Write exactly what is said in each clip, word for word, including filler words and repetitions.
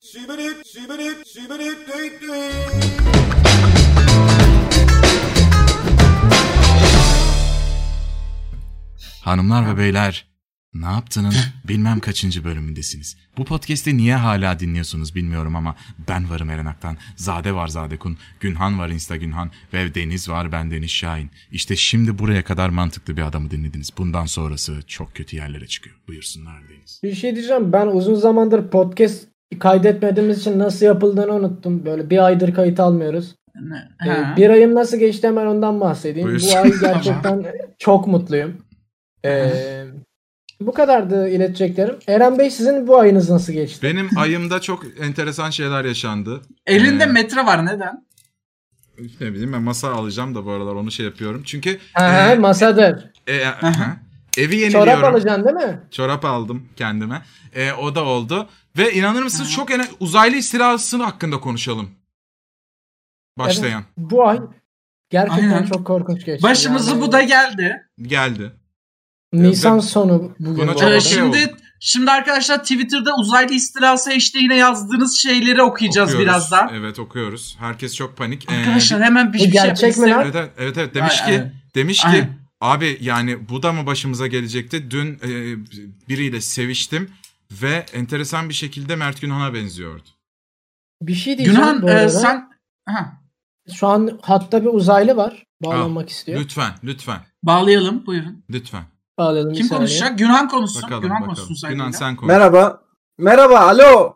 Hanımlar ve beyler, ne yaptığının bilmem kaçıncı bölümündesiniz. Bu podcast'i niye hala dinliyorsunuz bilmiyorum ama ben varım Eren Aktan, Zade var Zadekun, Günhan var Insta Günhan ve Deniz var ben Deniz Şahin. İşte şimdi buraya kadar mantıklı bir adamı dinlediniz. Bundan sonrası çok kötü yerlere çıkıyor. Buyursunlar Deniz. Bir şey diyeceğim, ben uzun zamandır podcast kaydetmediğimiz için nasıl yapıldığını unuttum. Böyle bir aydır kayıt almıyoruz. Ee, bir ayım nasıl geçti hemen ondan bahsedeyim. Buyursun. Bu ay gerçekten çok mutluyum. Ee, bu kadardı ileteceklerim. Eren Bey, sizin bu ayınız nasıl geçti? Benim ayımda çok enteresan şeyler yaşandı. Elinde ee, metre var, neden? Ne bileyim, ben masa alacağım da bu aralar onu şey yapıyorum. Çünkü Ha, e, masadır. E, e, evi yeniliyorum. Çorap alacaksın değil mi? Çorap aldım kendime. E, o da oldu. Ve inanır mısınız, çok ene- uzaylı istilasını hakkında konuşalım. Başlayan. Evet, bu ay gerçekten Aynen. çok korkunç geçti. Başımıza yani. bu da geldi. Geldi. Nisan Ben- sonu bugün. Buna bu çok arada. Ee, okey şimdi oldum. şimdi arkadaşlar Twitter'da uzaylı istilası eşliğine yazdığınız şeyleri okuyacağız Okuyoruz. birazdan. Evet, okuyoruz. Herkes çok panik. Ee, Arkadaşlar hemen bir Bu şey gerçek mi lan? Evet, evet, evet, evet. Demiş Ay, ki ay. demiş ki Ay. abi yani bu da mı başımıza gelecekti? Dün e, biriyle seviştim ve enteresan bir şekilde Mert Günhan'a benziyordu. Bir şey diyeceğim Günhan bu e, arada. sen Aha, Şu an hatta bir uzaylı var. Bağlanmak Ah, istiyor. Lütfen, lütfen, bağlayalım, buyurun. lütfen. Bağlayalım bir Kim saniye. konuşacak? Günhan konuşsun. Bakalım, Günhan bakalım. konuşsun sen. Günhan sen konuş. Merhaba. Merhaba, alo.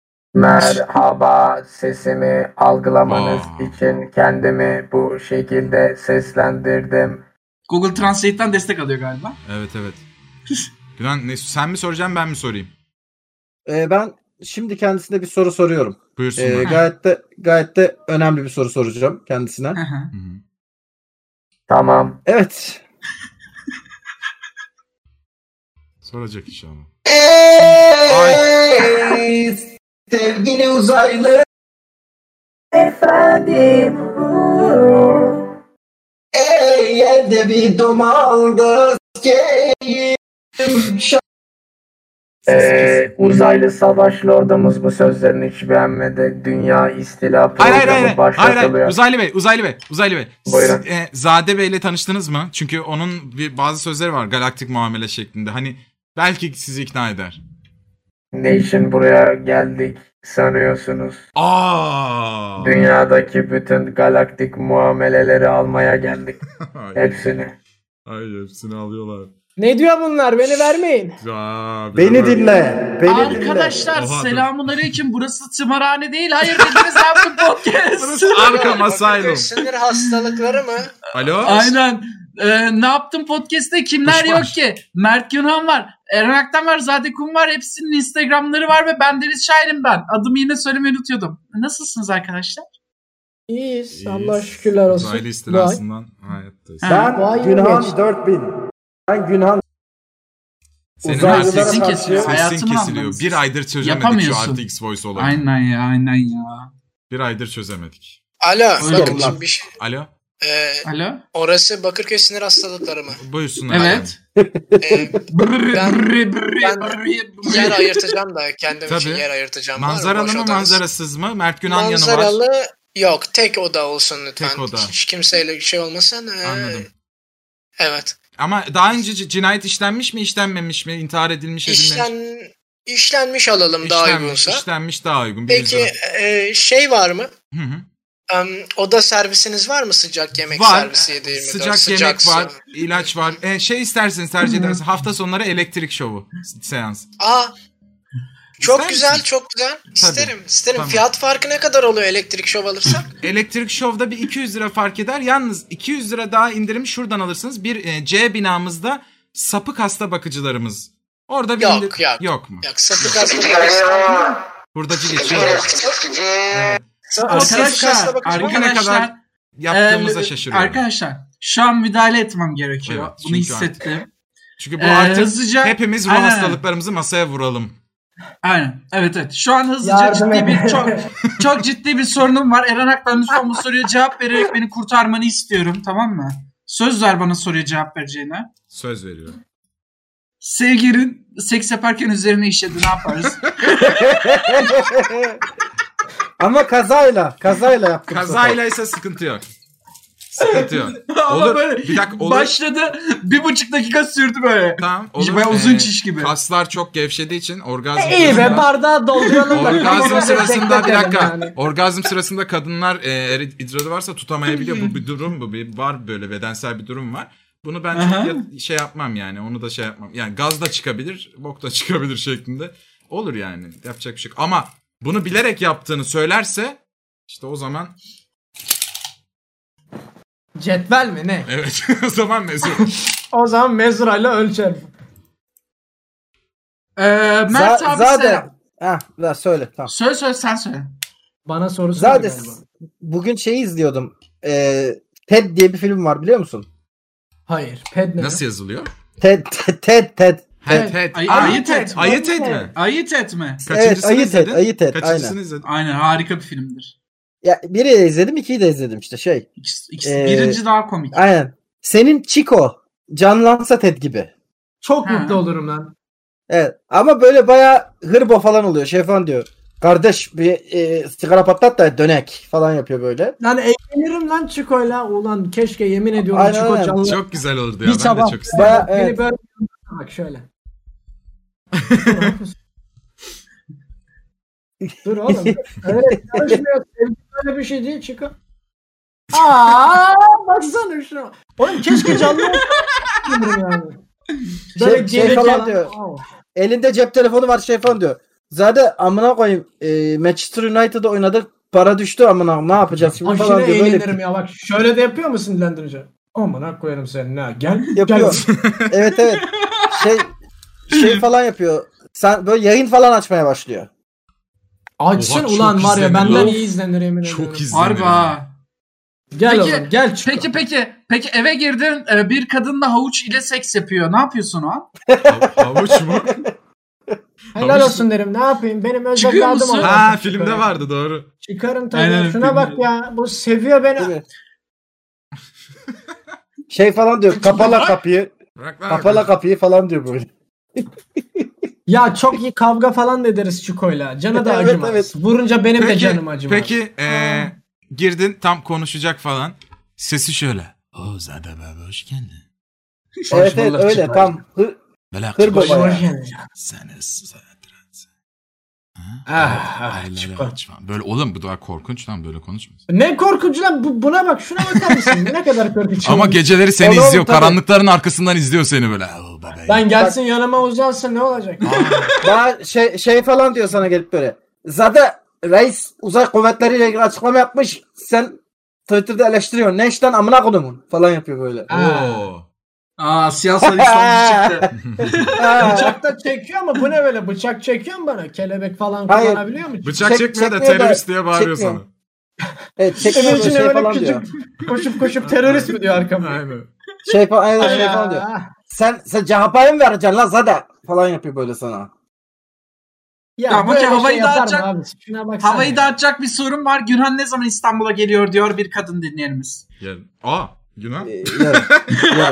Merhaba, sesimi algılamanız Aa. için kendimi bu şekilde seslendirdim. Google Translate'ten destek alıyor galiba. Evet, evet. Günhan ne, sen mi soracaksın, ben mi sorayım? Ee, ben şimdi kendisine bir soru soruyorum. Buyursunlar. Ee, gayet de gayet de önemli bir soru soracağım kendisine. Hı hı. Hı hı. Tamam. Evet. Soracak inşallah. Ey sevgili uzaylı. Efendim. Ey yerde bir domaldız keyif. Ee, uzaylı savaş lordumuz bu sözlerini hiç beğenmedi. Dünya istila Hayır programı hayır hayır. Hayır başlatılıyor. hayır. Uzaylı Bey, Uzaylı Bey, Uzaylı Bey. Buyurun. Siz, e, Zade Bey'le tanıştınız mı? Çünkü onun bir bazı sözleri var galaktik muamele şeklinde. Hani belki sizi ikna eder. Ne için buraya geldik sanıyorsunuz? Aa! Dünyadaki bütün galaktik muameleleri almaya geldik. Hayır. Hepsini. Hayır, hepsini alıyorlar. Ne diyor bunlar? Beni vermeyin. Aa, Beni dinle. Beni dinle. Arkadaşlar Oha, dur. selamünaleyküm. Burası tımarhane değil. Hayır dediniz ben bu podcast. Arka Asylum. Sinir hastalıkları mı? Alo? Aynen. Ee, ne yaptım podcast'te? Kimler Kuş yok var. ki? Mert Günhan var. Eren Aktan var. Zadekun var. Hepsinin Instagram'ları var ve ben Deniz Şahin'im ben. Adımı yine söylemeyi unutuyordum. Nasılsınız arkadaşlar? İyiyiz. İyiyiz. Allah şükürler olsun. Uzaylı Bu ay. istilasından hayattayız. Ha. Bu ay Ben Günhan geçti. dört bin. Ben Günhan Senin uzaylılara artık Sesin karşı- kesiliyor. sesin Hayatımı kesiliyor. anladınız. Bir aydır çözemedik şu Yapamıyorsun. R T X Voice olayı. Aynen ya, aynen ya. Bir aydır çözemedik. Alo, Öyle bakın oldu. şimdi bir şey. Alo? Ee, Alo? orası Bakırköy sinir hastalıkları mı? Buyursunlar. Evet. Ee, Brrr, Ben- brrr, brrr, ben brrr, brrr. yer ayırtacağım da kendim için Tabii. yer ayırtacağım. Var mı Manzaralı boş mı odanız? manzarasız mı? Mert Günhan yanı var. Manzaralı yok. Tek oda olsun lütfen. Tek oda. Hiç kimseyle bir şey olmasın. Ee, Anladım. Evet. Ama daha önce c- cinayet işlenmiş mi, işlenmemiş mi? İntihar edilmiş, edilmemiş? İşlen, işlenmiş alalım daha İşlenmiş, uygunsa. işlenmiş daha uygun. Bir Peki yüz e, şey var mı? lira. Hı hı. Em, oda servisiniz var mı? Sıcak yemek Var. servisi yedi yirmi dört. Sıcak yemek su. var, ilaç var. E, şey isterseniz tercih edersiniz. Hafta sonları elektrik şovu seans. Aa, çok İster güzel, misin? çok güzel. İsterim, isterim. Tamam. Fiyat farkı ne kadar oluyor elektrik şov alırsak? Elektrik şovda bir iki yüz lira fark eder. Yalnız iki yüz lira daha indirim şuradan alırsınız. Bir e, C binamızda sapık hasta bakıcılarımız. Orada bir Yok, indir- yok. Yok mu? Yok, sapık hasta Hurdacı geçiyor. Evet. Arkadaşlar, bakın. Bugüne arkadaşlar, kadar yaptığımıza e, şaşırıyorum. Arkadaşlar, şu an müdahale etmem gerekiyor. Evet, Bunu çünkü hissettim. Çünkü bu Ee, artık hızlıca- hepimiz bu Aynen. hastalıklarımızı masaya vuralım. Aynen. Evet evet. Şu an hızlıca Yardım ciddi et. bir çok çok ciddi bir sorunum var. Eren Aktan lütfen bu soruya cevap vererek beni kurtarmanı istiyorum, tamam mı? Söz ver bana soruya cevap vereceğine. Söz veriyorum. sevgilin seks yaparken üzerine işledi, ne yaparız? Ama kazayla, kazayla yaptık. Kazayla ise sıkıntı yok. Sıkıntı yok. Ama Olur. böyle Bir dakika, olur. başladı, bir buçuk dakika sürdü böyle. Tamam, olur. Bayağı uzun Ee, çiş gibi. Kaslar çok gevşediği için orgazm İyi be, sırasında- bardağı dolduralım da. Orgazm Böyle sırasında bir bekletelim dakika. yani. Orgazm sırasında kadınlar e, eğer idrarı varsa tutamayabiliyor. Bu bir durum, bu bir var, böyle bedensel bir durum var. Bunu ben Aha. çok ya- şey yapmam yani. Onu da şey yapmam. Yani gaz da çıkabilir, bok da çıkabilir şeklinde. Olur yani. Yapacak bir şey yok. Ama bunu bilerek yaptığını söylerse işte o zaman Cetvel mi ne? evet o zaman mezun. O zaman mezurayla ölçelim. Ee, Mert Z- abi Zade. selam. Heh, ver söyle tamam. Söyle söyle sen söyle. Bana sorusu Zade var galiba. bugün şeyi izliyordum. Ee, Ted diye bir film var biliyor musun? Hayır. Ped ne? Nasıl yazılıyor? Ted, Ted, Ted. Ted. Het het. Ay- Aa, ayıt et. Ayıt et mi? Ayıt etme. Evet, ayı Ted, ayı Ted. Kaçıncısını Aynen. izledin? Aynen, harika bir filmdir. Ya biri de izledim, ikiyi de izledim işte şey. İkisi, ikisi, Ee, birinci daha komik. Aynen. Senin Chico canlansa Ted gibi. Çok Ha. mutlu olurum lan. Evet. Ama böyle bayağı hırbo falan oluyor. Şey falan diyor. Kardeş bir e, sigara patlat da dönek falan yapıyor böyle. Lan eğlenirim lan Çiko'yla. Ulan keşke, yemin ediyorum Aynen, Çiko aynen. canlı. Çok güzel olurdu ya. Bir Ben de sabah çok istedim. Baya- beni evet. böyle bak şöyle. Dur oğlum. Öyle karışmıyor. Sevgi böyle bir şey değil Çiko. Aa, baksana şuna. Oğlum keşke canlı olsaydım yani. Böyle Şey- şey geri falan falan diyor. Aa. Elinde cep telefonu var şey falan diyor. Zaten amına koyayım e, Manchester United'da oynadık. Para düştü amına, ne yapacağız şimdi Aşırı falan diyor. Böyle eğlenirim ya bak. Şöyle de yapıyor musun dillendirince? Aman koyarım seni ne? Gel. yapıyor. Gel. Evet evet. Şey şey falan yapıyor. Sen böyle yayın falan açmaya başlıyor. Açsın Oha, çok ulan var ya, izlenir benden lan. iyi izlenir yemin ediyorum. Çok izlenir. Harbi ha. Gel Peki- oğlum gel Çiko. Peki peki. Peki eve girdin, e, bir kadınla havuç ile seks yapıyor. Ne yapıyorsun o an? Hav- Havuç mu? Helal Havuç- olsun derim. Ne yapayım? Benim özel Çıkıyor evladım musun? var. Ha, filmde vardı doğru. Çıkarım tabii. Aynen, Şuna bak filmde. ya. Bu seviyor beni. Değil mi? Şey falan diyor. Kapala kapıyı. Bırak lan. Kapala kapıyı falan diyor böyle. Ya çok iyi kavga falan da ederiz Çiko'yla. Canı da Evet, acımaz. evet. Vurunca benim de Peki, canım acımaz. peki ee, girdin tam konuşacak falan. Sesi şöyle. Oo Zade abi hoş geldin. Evet evet bulduk öyle Çiko. tam. Hı, Böyle Hır baba ya. Hoş geldin. Sen Ah, ah, Çiko. Böyle oğlum bu daha korkunç lan, böyle konuşma. Ne korkunç lan. Bu, buna bak. Şuna bakar mısın? Ne kadar korkunç. Ama geceleri seni Oğlum, izliyor. tabii. Karanlıkların arkasından izliyor seni böyle. Oo, bebeğim. Ben gelsin yanıma uzansın ne olacak? Daha şey, şey falan diyor sana gelip böyle. Zaten reis uzay kuvvetleriyle ilgili açıklama yapmış. Sen Twitter'da eleştiriyorsun. Ne işten amına kodumun falan yapıyor böyle. Oo. Aa, siyasal İslamcı çıktı. Bıçakta çekiyor ama bu ne böyle? Bıçak çekiyor mu bana? Kelebek falan Hayır. kullanabiliyor mu? Bıçak Çek- çekmiyor da çekmiyor da- terörist diye bağırıyor çekmiyor. sana. Evet çekmiyor Evin böyle içine şey böyle falan küçük diyor. koşup koşup terörist mi diyor arkama? Aynen. Şey falan, aynen şey Ay falan diyor. ya. Sen sen C H P'ye mi vereceksin lan zaten falan yapıyor böyle sana. Ya, Ya, böyle bakın, havayı şey yapar mı dağıtacak- abi? Şuna baksana. Havayı dağıtacak bir sorun var. Günhan ne zaman İstanbul'a geliyor diyor bir kadın dinleyenimiz. Yarın. Aa Yunan. Ee, yarın. yarın.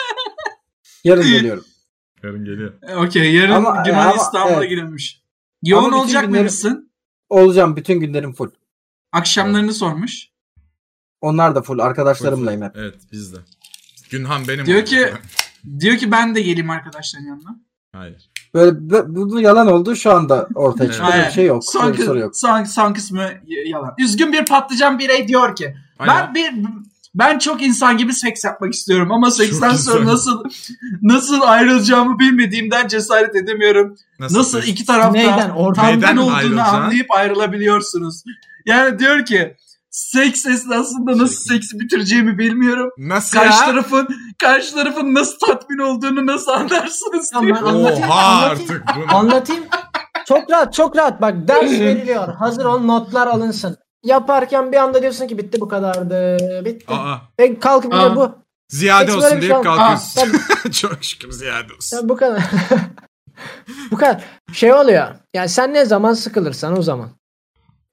Yarın geliyorum. Yarın geliyor. E, Okey, yarın Ama- Günhan ama- İstanbul'a evet. geliyormuş. Yoğun bütün olacak günleri- mıymışsın? Olacağım bütün günlerim full. Akşamlarını sormuş. Onlar da full arkadaşlarımlayım hep. Evet biz de. Günhan benim. Diyor oldu. ki diyor ki ben de geleyim arkadaşların yanına. Hayır. Böyle bu- bunun yalan olduğu şu anda ortaya çıktı. Evet. Böyle bir şey yok. Son, Böyle bir soru yok. son, son kısmı y- yalan. Üzgün bir patlıcan birey diyor ki Aynen. ben bir ben çok insan gibi seks yapmak istiyorum ama seksten Çok sonra insan. nasıl nasıl ayrılacağımı bilmediğimden cesaret edemiyorum. Nasıl, Nasıl iki tarafta Neyden? Oradan tatmin Neyden olduğunu ayrılacaksın? anlayıp ayrılabiliyorsunuz. Yani diyor ki seks esnasında nasıl seksi bitireceğimi bilmiyorum. Nasıl Karşı ya? tarafın karşı tarafın nasıl tatmin olduğunu nasıl anlarsınız Tamam, diyor. ben anlatayım. Oha anlatayım. artık bunu. Anlatayım. Çok rahat çok rahat. Bak ders veriliyor. Hazır ol, notlar alınsın. Yaparken bir anda diyorsun ki bitti bu kadardı. Bitti. Aa, Ve kalkıp bir Aa. de bu. ziyade Seks olsun böyle bir deyip şey olmaz. kalkıyorsun. Çok şükür ziyade olsun. Ya bu kadar. Bu kadar. Şey oluyor. Yani sen ne zaman sıkılırsan o zaman.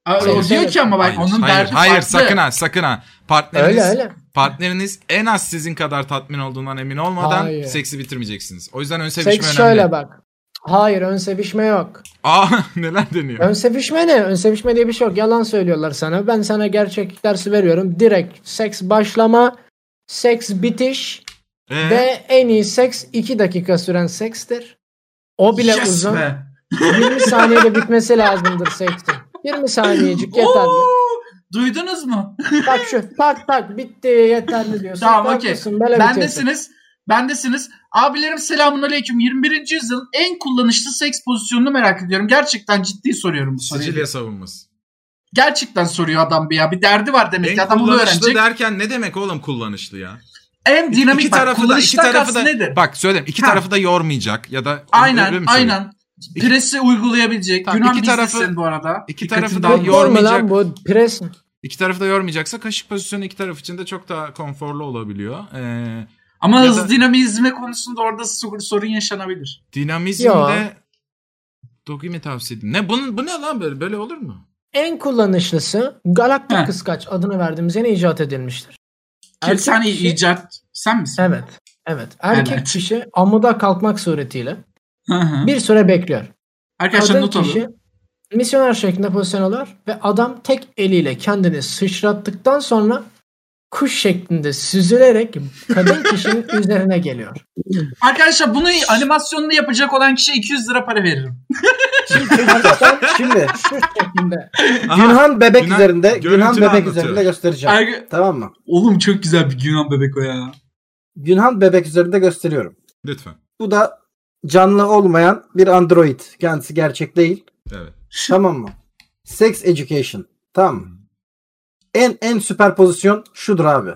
Aa, Sen o diyor söyle. ki ama bak Hayır, onun hayır, derdi hayır, farklı. sakın ha, sakın ha. Partneriniz, Öyle öyle. partneriniz en az sizin kadar tatmin olduğundan emin olmadan Hayır. seksi bitirmeyeceksiniz. O yüzden ön sevişme Seks önemli. şöyle bak. Hayır, ön sevişme yok. Aa, neler deniyor? Ön sevişme ne? Ön sevişme diye bir şey yok. Yalan söylüyorlar sana. Ben sana gerçek dersi veriyorum. Direkt seks başlama, seks bitiş Ee? ve en iyi seks iki dakika süren sekstir. O bile Yes uzun. be. yirmi saniyede bitmesi lazımdır seksin. yirmi saniyecik yeterli. Oo, duydunuz mu? Tak şu tak tak bitti yeterli diyorsun. Tamam, okey. Haklısın, böyle bitiyorsun. Bendesiniz. Bendesiniz. Abilerim selamünaleyküm. yirmi birinci yüzyılın en kullanışlı seks pozisyonunu merak ediyorum. Gerçekten ciddi soruyorum bu soruyu. Sicilya savunması. Gerçekten soruyor adam bir ya. Bir derdi var demek ki. En Adam bunu kullanışlı öğrenecek. derken ne demek oğlum kullanışlı ya? En dinamik İki bak, tarafı da, iki kullanıştan tarafı kastı da, nedir? bak söyleyeyim, iki Ha. tarafı da yormayacak ya da Aynen öyle mi söyleyeyim? aynen. Presi uygulayabilecek. Tamam, Günah iki tarafı- bizdesin bu arada. iki Dikkatini tarafı da dağılma. yor- Yor mu yormayacak. lan bu pres mi? İki tarafı da yormayacaksa kaşık pozisyonu iki taraf için de çok daha konforlu olabiliyor. Ee, Ama Ya hız da- dinamizmi konusunda orada sor- sorun yaşanabilir. dinamizmde Yo. Dogi mi tavsiye edeyim? Ne, bunun, bu ne lan böyle? Böyle olur mu? En kullanışlısı galaktik Heh. kıskaç adını verdiğimiz yeni icat edilmiştir. Ki Erkek sen kişi- icat sen misin? Evet. Evet. Erkek Evet. kişi amuda kalkmak suretiyle Hı hı. bir süre bekliyor. Arkadaşlar Kadın not alın. kişi misyoner şeklinde pozisyon alır ve adam tek eliyle kendini sıçrattıktan sonra kuş şeklinde süzülerek kadın kişinin üzerine geliyor. Arkadaşlar bunu animasyonunu yapacak olan kişiye iki yüz lira para veririm. Arkadaşlar şimdi Şu şeklinde. Günhan bebek Günhan üzerinde görüntülü Günhan bebek anlatıyor. üzerinde göstereceğim. Arka- Tamam mı? Oğlum çok güzel bir Yunan bebek o ya. Günhan bebek üzerinde gösteriyorum. Lütfen. Bu da canlı olmayan bir android. Kendisi gerçek değil. Evet. Tamam mı? Sex education. Tamam mı? En en süper pozisyon şudur abi.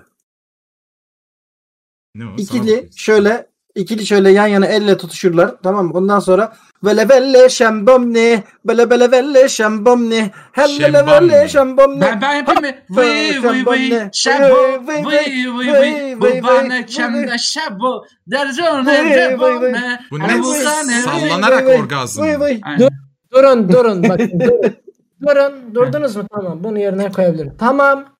Ne o? Sana İkili bakıyorsun. şöyle ikili şöyle yan yana elle tutuşurlar. Tamam mı? Ondan sonra böyle belle şambomni böyle böyle belle şambomni helle Şembomni. belle şambomni. Ben, ben yapayım mı? Vıy vıy vıy şabo vıy vıy vıy bu bana kemde şabo derzone de bome. Bu Hani ne? bu sahne- Sallanarak Vıy vıy, orgazm. vıy vıy. Aynen. Durun durun bakın durun. Durun durdunuz mu? Tamam bunu yerine koyabilirim. Tamam.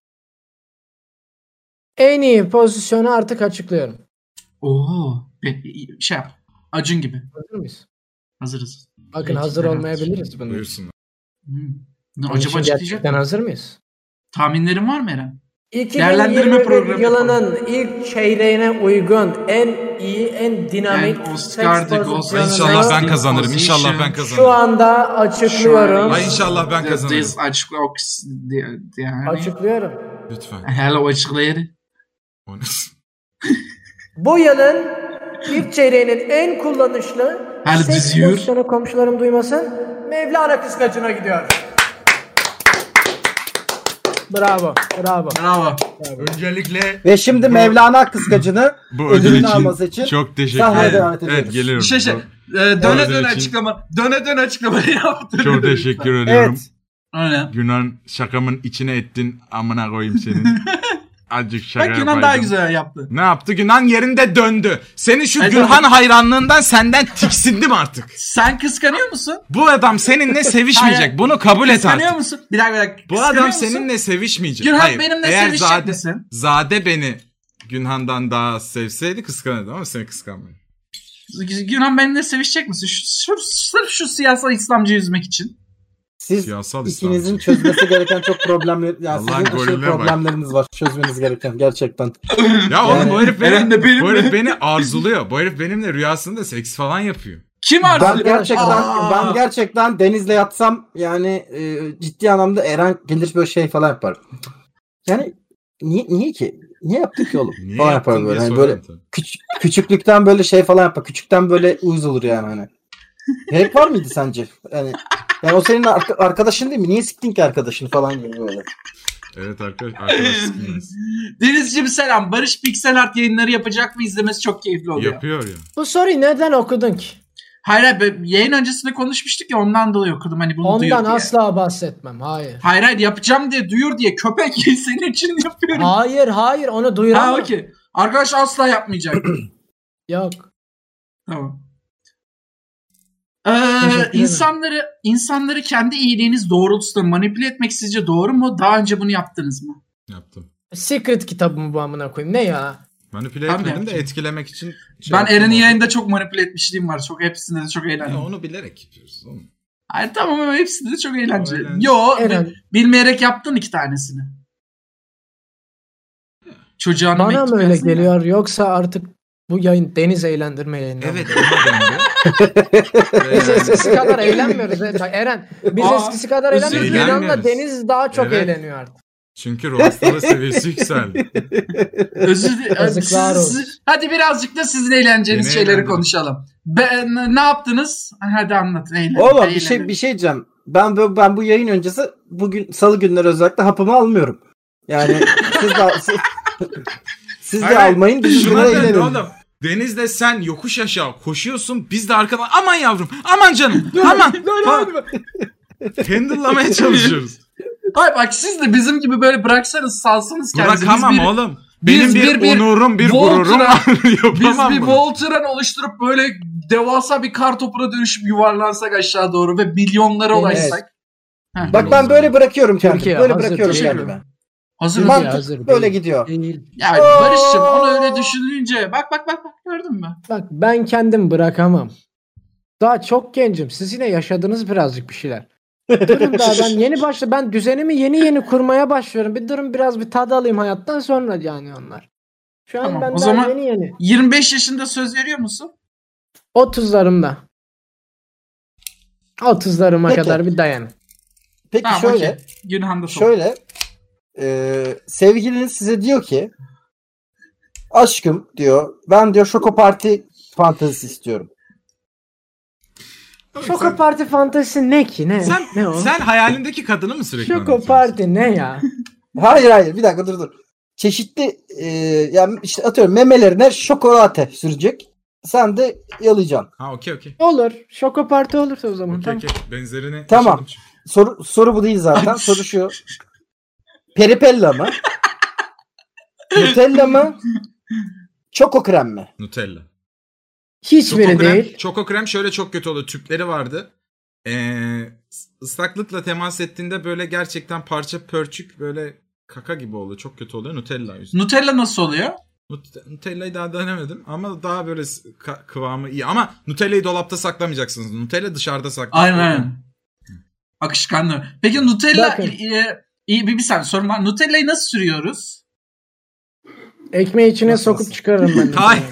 En iyi pozisyonu artık açıklıyorum. Oo. Be- Şey yap. Acun gibi. Hazır mıyız? Hazırız. Bakın Peki, hazır evet. olmayabiliriz bunun için. Buyursunlar. Hmm. Ne, Bunun acaba için açıklayacak gerçekten mı? hazır mıyız? Tahminlerin var mı Eren? iki Değerlendirme bin yirmi bir programı yılının ilk çeyreğine uygun en iyi, en dinamik En Oscar'da seks Ghost- pozisyonunu İnşallah ben Position. kazanırım. İnşallah ben şu kazanırım. anda açıklıyorum. Ay inşallah ben kazanırım. This açıklıyoruz. Yani. Açıklıyorum. Lütfen. Hello açıklayarı. O ne? Bu yılın ilk çeyreğinin en kullanışlı Hadi seks diziyor. pozisyonu komşularım duymasın. Mevlana kıskacına gidiyor. Bravo, bravo. Bravo. Öncelikle Ve şimdi Mevlana kıskacını bu ödül ödülünü için alması için çok teşekkür sahneye ederim. davet ediyoruz. Evet geliyorum. Şey şey. Bu- E, döne ödül döne için- açıklama. Döne döne açıklamayı yaptı. Çok teşekkür ediyorum. Evet. Aynen. Yunan şakamın içine ettin amına koyayım senin. Azıcık şaka Bak Yunan daha yapaydım. güzel yaptı. Ne yaptı? Yunan yerinde döndü. Senin şu Ay, Gülhan hayranlığından senden tiksindim artık. Sen kıskanıyor musun? Bu adam seninle sevişmeyecek. Hayır. Bunu kabul et Kıskanıyor artık. musun? Bir dakika bir dakika. Bu Kıskanıyor adam musun? seninle sevişmeyecek. Gülhan Hayır. benimle Eğer sevişecek Zade, misin? Zade beni Günhan'dan daha sevseydi kıskanırdım ama seni kıskanmıyor. Yunan benimle sevişecek misin? Şu, şu, sırf şu siyasal İslamcı yüzmek için. Siz Siyasal ikinizin İslamcı. çözmesi gereken çok problemler yani Allah'ın sizin şey gorilline bak. problemleriniz var. Çözmeniz gereken gerçekten. Ya oğlum Yani- bu herif Eren beni, de benimle. bu herif beni arzuluyor. Bu herif benimle rüyasında seks falan yapıyor. Kim Ben arzuluyor? gerçekten Aa! ben gerçekten Deniz'le yatsam yani e, ciddi anlamda Eren gelir böyle şey falan yapar. Yani niye niye ki? Niye yaptık ki oğlum? Niye falan yaptın yapar böyle. diye Hani böyle sorarım tabii. küç- küçüklükten böyle şey falan yapar. Küçükten böyle uyuz olur yani hani. Gerek var mıydı sence? Yani, yani o senin arka- arkadaşın değil mi? Niye siktin ki arkadaşını falan gibi böyle. Evet arkadaş, arkadaş sıkılmaz. Denizciğim selam. Barış Pixel Art yayınları yapacak mı? İzlemesi çok keyifli oluyor. Yapıyor ya. Bu soruyu neden okudun ki? Hayır hayır ben- yayın öncesinde konuşmuştuk ya ondan dolayı okudum hani bunu duyur Ondan diye. asla bahsetmem. Hayır. Hayır hayır yapacağım diye duyur diye köpek senin için yapıyorum. Hayır, hayır onu Ha duyuramam. okey. Arkadaş asla yapmayacak. Yok. Tamam. Ee, insanları insanları kendi iyiliğiniz doğrultusunda manipüle etmek sizce doğru mu? Daha önce bunu yaptınız mı? Yaptım. Secret kitabı mı bu amına koyayım? Ne ya? Manipüle Ben de etmedim de yaptım. etkilemek için. şey Ben yaptım Eren'in oldu. yayında çok manipüle etmişliğim var. Çok hepsinde de çok Ya eğlendim. onu bilerek yapıyoruz oğlum. Ay tamam ama hepsinde de çok eğlenceli. O eğlenceli. Yo Eren. bi- bilmeyerek yaptın iki tanesini. Çocuğuna Bana mektup mı öyle yazsın ya. geliyor yoksa artık bu yayın deniz eğlendirme yayını. Evet ona döndü. Biz Ve eskisi yani- kadar eğlenmiyoruz. Evet, bak Eren biz Aa, eskisi kadar özür eğlenmiyoruz. dilerim. İnanla Deniz daha çok Evet. eğleniyor artık. Çünkü ruh hastalığı seviyesi yükseldi. Özür dilerim. Yazıklar Siz- olsun. siz- Hadi birazcık da sizin eğleneceğiniz Beni şeyleri eğlendirin. konuşalım. Ben, ne yaptınız? Hadi anlatın. Eğlen, Oğlum bir eğlenin. şey bir şey diyeceğim. Ben bu- ben bu yayın öncesi bugün salı günleri özellikle hapımı almıyorum. Yani siz de siz, siz de Hayır, almayın biz şuna buna döndü eğlenelim. oğlum. Deniz'de sen yokuş aşağı koşuyorsun. Biz de arkadan aman yavrum aman canım aman. falan Handle'lamaya çalışıyoruz. Ay bak siz de bizim gibi böyle bıraksanız salsanız kendinizi. Bırakamam Biz bir, oğlum. biz Benim bir, bir- bir onurum bir Voltran- gururum var. biz Yapamam bir bunu. Voltran oluşturup böyle devasa bir kar topuna dönüşüp yuvarlansak aşağı doğru ve milyonlara Evet. ulaşsak. Heh. Bak ben böyle bırakıyorum kendimi. Türkiye Böyle hazır, bırakıyorum Türkiye. kendimi. Hazır Türkiye mısın? Mantık hazır böyle değil. gidiyor. Değil. Ya Barış'cığım onu öyle düşününce bak bak bak bak gördün mü? Bak ben kendim bırakamam. Daha çok gencim. Siz yine yaşadınız birazcık bir şeyler. Durun daha ben yeni başla ben düzenimi yeni yeni kurmaya başlıyorum. Bir durun biraz bir tad alayım hayattan sonra yani onlar. Şu an Tamam, ben o daha zaman- yeni yeni. yirmi beş yaşında söz veriyor musun? otuzlarımda. otuzlarıma Peki. kadar bir dayan. Peki Tamam şöyle. okey. Günhan'da son. Şöyle e, sevgiliniz size diyor ki aşkım diyor ben diyor Şoko Parti fantezisi istiyorum. Şoko Sen- Parti fantezisi ne ki ne? Sen, ne o? sen hayalindeki kadını mı sürekli Şoko anlatıyorsun? Parti ne ya? Hayır hayır bir dakika dur dur. Çeşitli e, yani işte atıyorum memelerine şokolate sürecek. Sen de yalayacaksın. Ha okey okey. Olur. Şoko Parti olursa o zaman. Okey Tamam. okey. Benzerini Tamam. yaşadım çünkü. Soru soru bu değil zaten. Soru şu. Peripella mı? Nutella mı? Çoko krem mi? Nutella. Hiçbiri Çoko krem, değil. Çoko krem şöyle çok kötü oluyor. Tüpleri vardı. Ee, ıslaklıkla temas ettiğinde böyle gerçekten parça pörçük böyle kaka gibi oluyor. Çok kötü oluyor. Nutella yüzünden. Nutella nasıl oluyor? Nut- Nutella'yı daha denemedim ama daha böyle s- ka- kıvamı iyi. Ama Nutella'yı dolapta saklamayacaksınız. Nutella dışarıda saklanıyor. Aynen aynen. Akışkanlı. Peki Nutella Bakın. e, iyi bir, bir saniye sorum var. Nutella'yı nasıl sürüyoruz? Ekmeği içine Nasıl, sokup nasıl? çıkarırım ben. de. Hayır.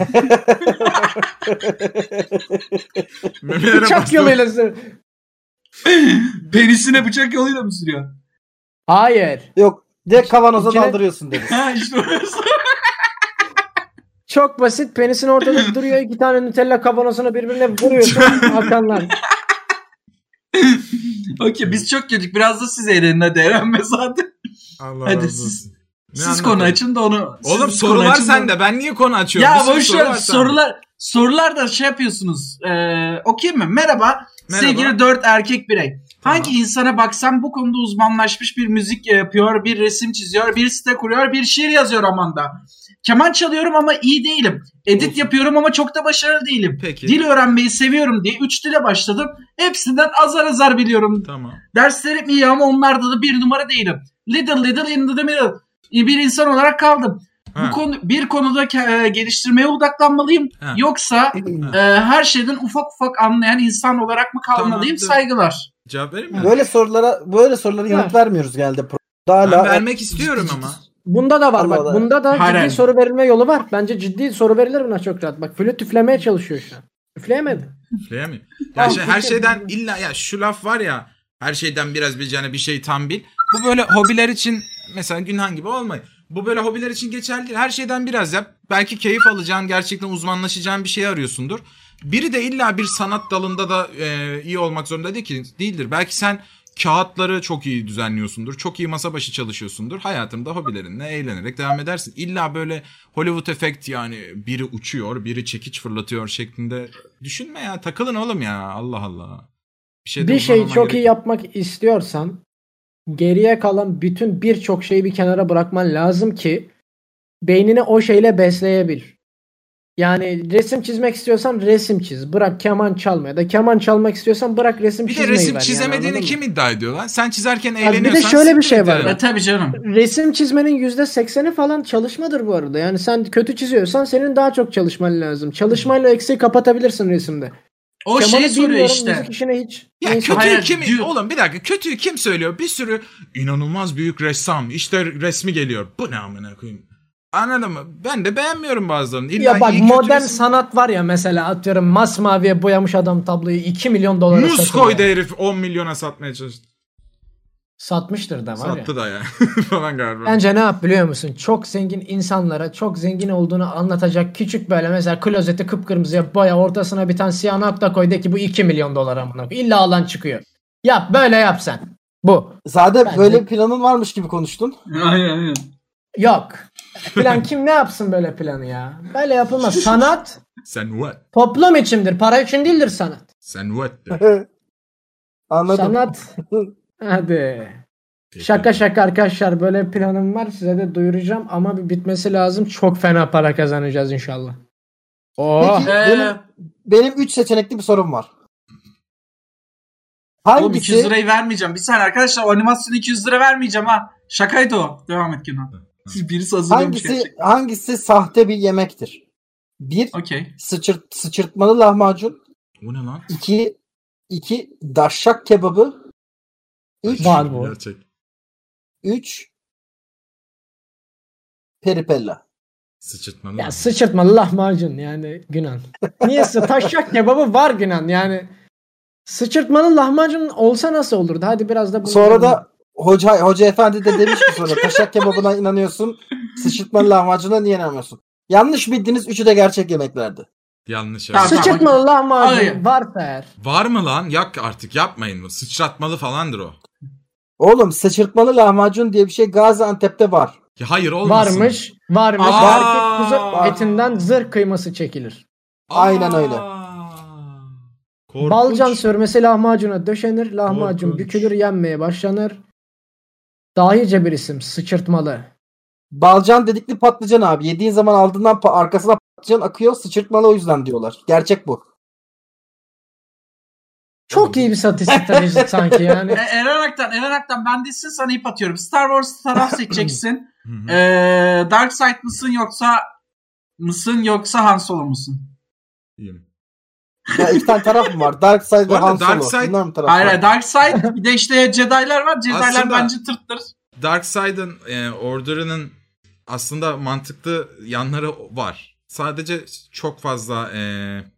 Memelere Bıçak bastım. yoluyla sür. Penisine bıçak yoluyla mı sürüyor? Hayır. Yok. Direkt kavanoza İçine- daldırıyorsun dedi. Ha işte orası. Çok basit. Penisin ortada duruyor. İki tane Nutella kavanozunu birbirine vuruyorsun. Hakanlar. Okey biz çok güldük. Biraz da siz eğlenin hadi Eren ve zaten. Allah Hadi razı siz- olsun. Ne Siz anlatalım? konu açın da onu. Oğlum siz soru konu var açın da- sende. Ben niye konu açıyorum? Ya Bir sürü boş soru ver var sende. sorular sorular da şey yapıyorsunuz. Ee, okuyayım mı? Merhaba. Merhaba. Sevgili dört erkek birey. Tamam. Hangi insana baksam bu konuda uzmanlaşmış bir müzik yapıyor, bir resim çiziyor, bir site kuruyor, bir şiir yazıyor aman da. Keman çalıyorum ama iyi değilim. Edit Olsun. yapıyorum ama çok da başarılı değilim. Peki. Dil öğrenmeyi seviyorum diye üç dile başladım. Hepsinden azar azar biliyorum. Tamam. Derslerim iyi ama onlarda da bir numara değilim. Little little in the middle. İyi bir insan olarak kaldım. Ha. Bu konu bir konuda ke- e, geliştirmeye odaklanmalıyım. Ha. Yoksa e, her şeyden ufak ufak anlayan insan olarak mı kalmalıyım? Tamam, Saygılar. Cevap vereyim mi? Böyle sorulara böyle sorulara yanıt vermiyoruz genelde. Daha Ben hala vermek istiyorum ama. Bunda da var Allah bak. Allah. Bunda da Hayır, ciddi hayır. soru verilme yolu var. Bence ciddi soru verilir buna çok rahat. Bak flüt üflemeye çalışıyor şu an. Üfleyemedi. Üfleyemiyor. Ya Tamam, şey, her peki. şeyden illa ya şu laf var ya her şeyden biraz bileceğine bir şey tam bil. Bu böyle hobiler için mesela Günhan gibi olmayın. Bu böyle hobiler için geçerli değil. Her şeyden biraz yap. Belki keyif alacağın, gerçekten uzmanlaşacağın bir şey arıyorsundur. Biri de illa bir sanat dalında da e, iyi olmak zorunda değil ki, değildir. Belki sen kağıtları çok iyi düzenliyorsundur. Çok iyi masa başı çalışıyorsundur. Hayatında hobilerinle eğlenerek devam edersin. İlla böyle Hollywood efekt yani biri uçuyor, biri çekiç fırlatıyor şeklinde düşünme ya. Takılın oğlum ya. Allah Allah. Bir, şeyde Bir uzman şeyi olman çok iyi gerek- yapmak istiyorsan geriye kalan bütün birçok şeyi bir kenara bırakman lazım ki beynini o şeyle besleyebil. Yani resim çizmek istiyorsan resim çiz. Bırak keman çalma ya da keman çalmak istiyorsan bırak resim Bir de çizmeyi resim ver. çizemediğini yani, kim iddia ediyor lan? Sen çizerken Ya eğleniyorsan... bir de şöyle bir şey var. siktir E et. tabii canım. Resim çizmenin yüzde sekseni falan çalışmadır bu arada. Yani sen kötü çiziyorsan senin daha çok çalışman lazım. Çalışmayla eksiği kapatabilirsin resimde. O Kemanı şeyi soruyor bilmiyorum, işte. müzik işine hiç. Ya neyse. kötüyü Hayır, kim... diyor- Oğlum bir dakika, kötüyü kim söylüyor? Bir sürü inanılmaz büyük ressam. İşte resmi geliyor. Bu ne amına koyayım? Anladın mı? Ben de beğenmiyorum bazılarını. İlla Ya bak iyi kötü modern resim- sanat var ya, mesela atıyorum masmaviye boyamış adam tabloyu iki milyon dolara Muz satıyor. koydu herif on milyona satmaya çalıştı. Satmıştır da var ya. Sattı da ya. Falan galiba. Bence ne yap biliyor musun? Çok zengin insanlara çok zengin olduğunu anlatacak küçük böyle mesela klozeti kıpkırmızıya boya, ortasına bir tane siyah nokta koy de ki bu iki milyon dolar amına koyayım. İlla alan çıkıyor. Yap böyle yap sen. Bu. Zaten Bence- böyle planın varmış gibi konuştun. Aynen aynen. Yok. Plan kim ne yapsın böyle planı ya? Böyle yapılmaz. Sanat Sen what? toplum içindir. Para için değildir sanat. Sen what? de. Anladım. Sanat. Hadi. Peki. Şaka şaka arkadaşlar, böyle planım var, size de duyuracağım ama bir bitmesi lazım. Çok fena para kazanacağız inşallah. Oh. Peki Ee, benim, benim üç seçenekli bir sorum var. Oğlum iki yüz Hangisi lirayı vermeyeceğim. Bir saniye arkadaşlar, o animasyonu iki yüz lira vermeyeceğim ha. Şakaydı o. Devam et Kenan. Birisi hazırlıyormuş hangisi gerçekten. hangisi sahte bir yemektir? Bir, Okey. sıçırt, sıçırtmalı lahmacun. Bu ne lan? İki, iki daşşak kebabı. Üç, Var bu. Gerçek. üç peripella. Sıçırtmalı. Ya mı? sıçırtmalı lahmacun yani Günan. Niyeyse taşak kebabı var Günan yani. Sıçırtmalı lahmacun olsa nasıl olurdu? Hadi biraz da bunu Sonra da hoca hoca efendi de demiş ki sonra taşak kebabına inanıyorsun, sıçırtmalı lahmacuna niye inanmıyorsun? Yanlış bildiniz, üçü de gerçek yemeklerdi. Yanlış. Tamam, evet. sıçırtmalı lahmacun Hayır. varsa eğer. Var mı lan? Yak artık, yapmayın mı? Sıçratmalı falandır o. Oğlum sıçırtmalı lahmacun diye bir şey Gaziantep'te var. Ya hayır olmasın. Varmış. Varmış. Aa. Erkek kuzu etinden zırh kıyması çekilir. Aynen öyle. Korkunç. Balcan sörmesi lahmacuna döşenir. Lahmacun Korkunç. bükülür, yenmeye başlanır. Dahice bir isim. Sıçırtmalı. Balcan dedikli patlıcan abi. Yediğin zaman aldığından pa- arkasına patlıcan akıyor. Sıçırtmalı o yüzden diyorlar. Gerçek bu. Çok iyi bir satış stratejisi sanki yani. E, Eren Aktan, Eren Aktan ben değilsin, sana ip atıyorum. Star Wars taraf seçeceksin. Hı hı. ee, Dark Side mısın yoksa mısın yoksa Han Solo musun? İyiyim. Ya iki tane taraf mı var? Dark Side Bu ve arada Han Solo. Dark Side- Bunlar mı taraf Hayır, var? hayır, Dark Side, bir de işte Jedi'lar var. Jedi'lar Aslında- bence tırttır. Darkseid'in e, Order'ının aslında mantıklı yanları var. Sadece çok fazla e,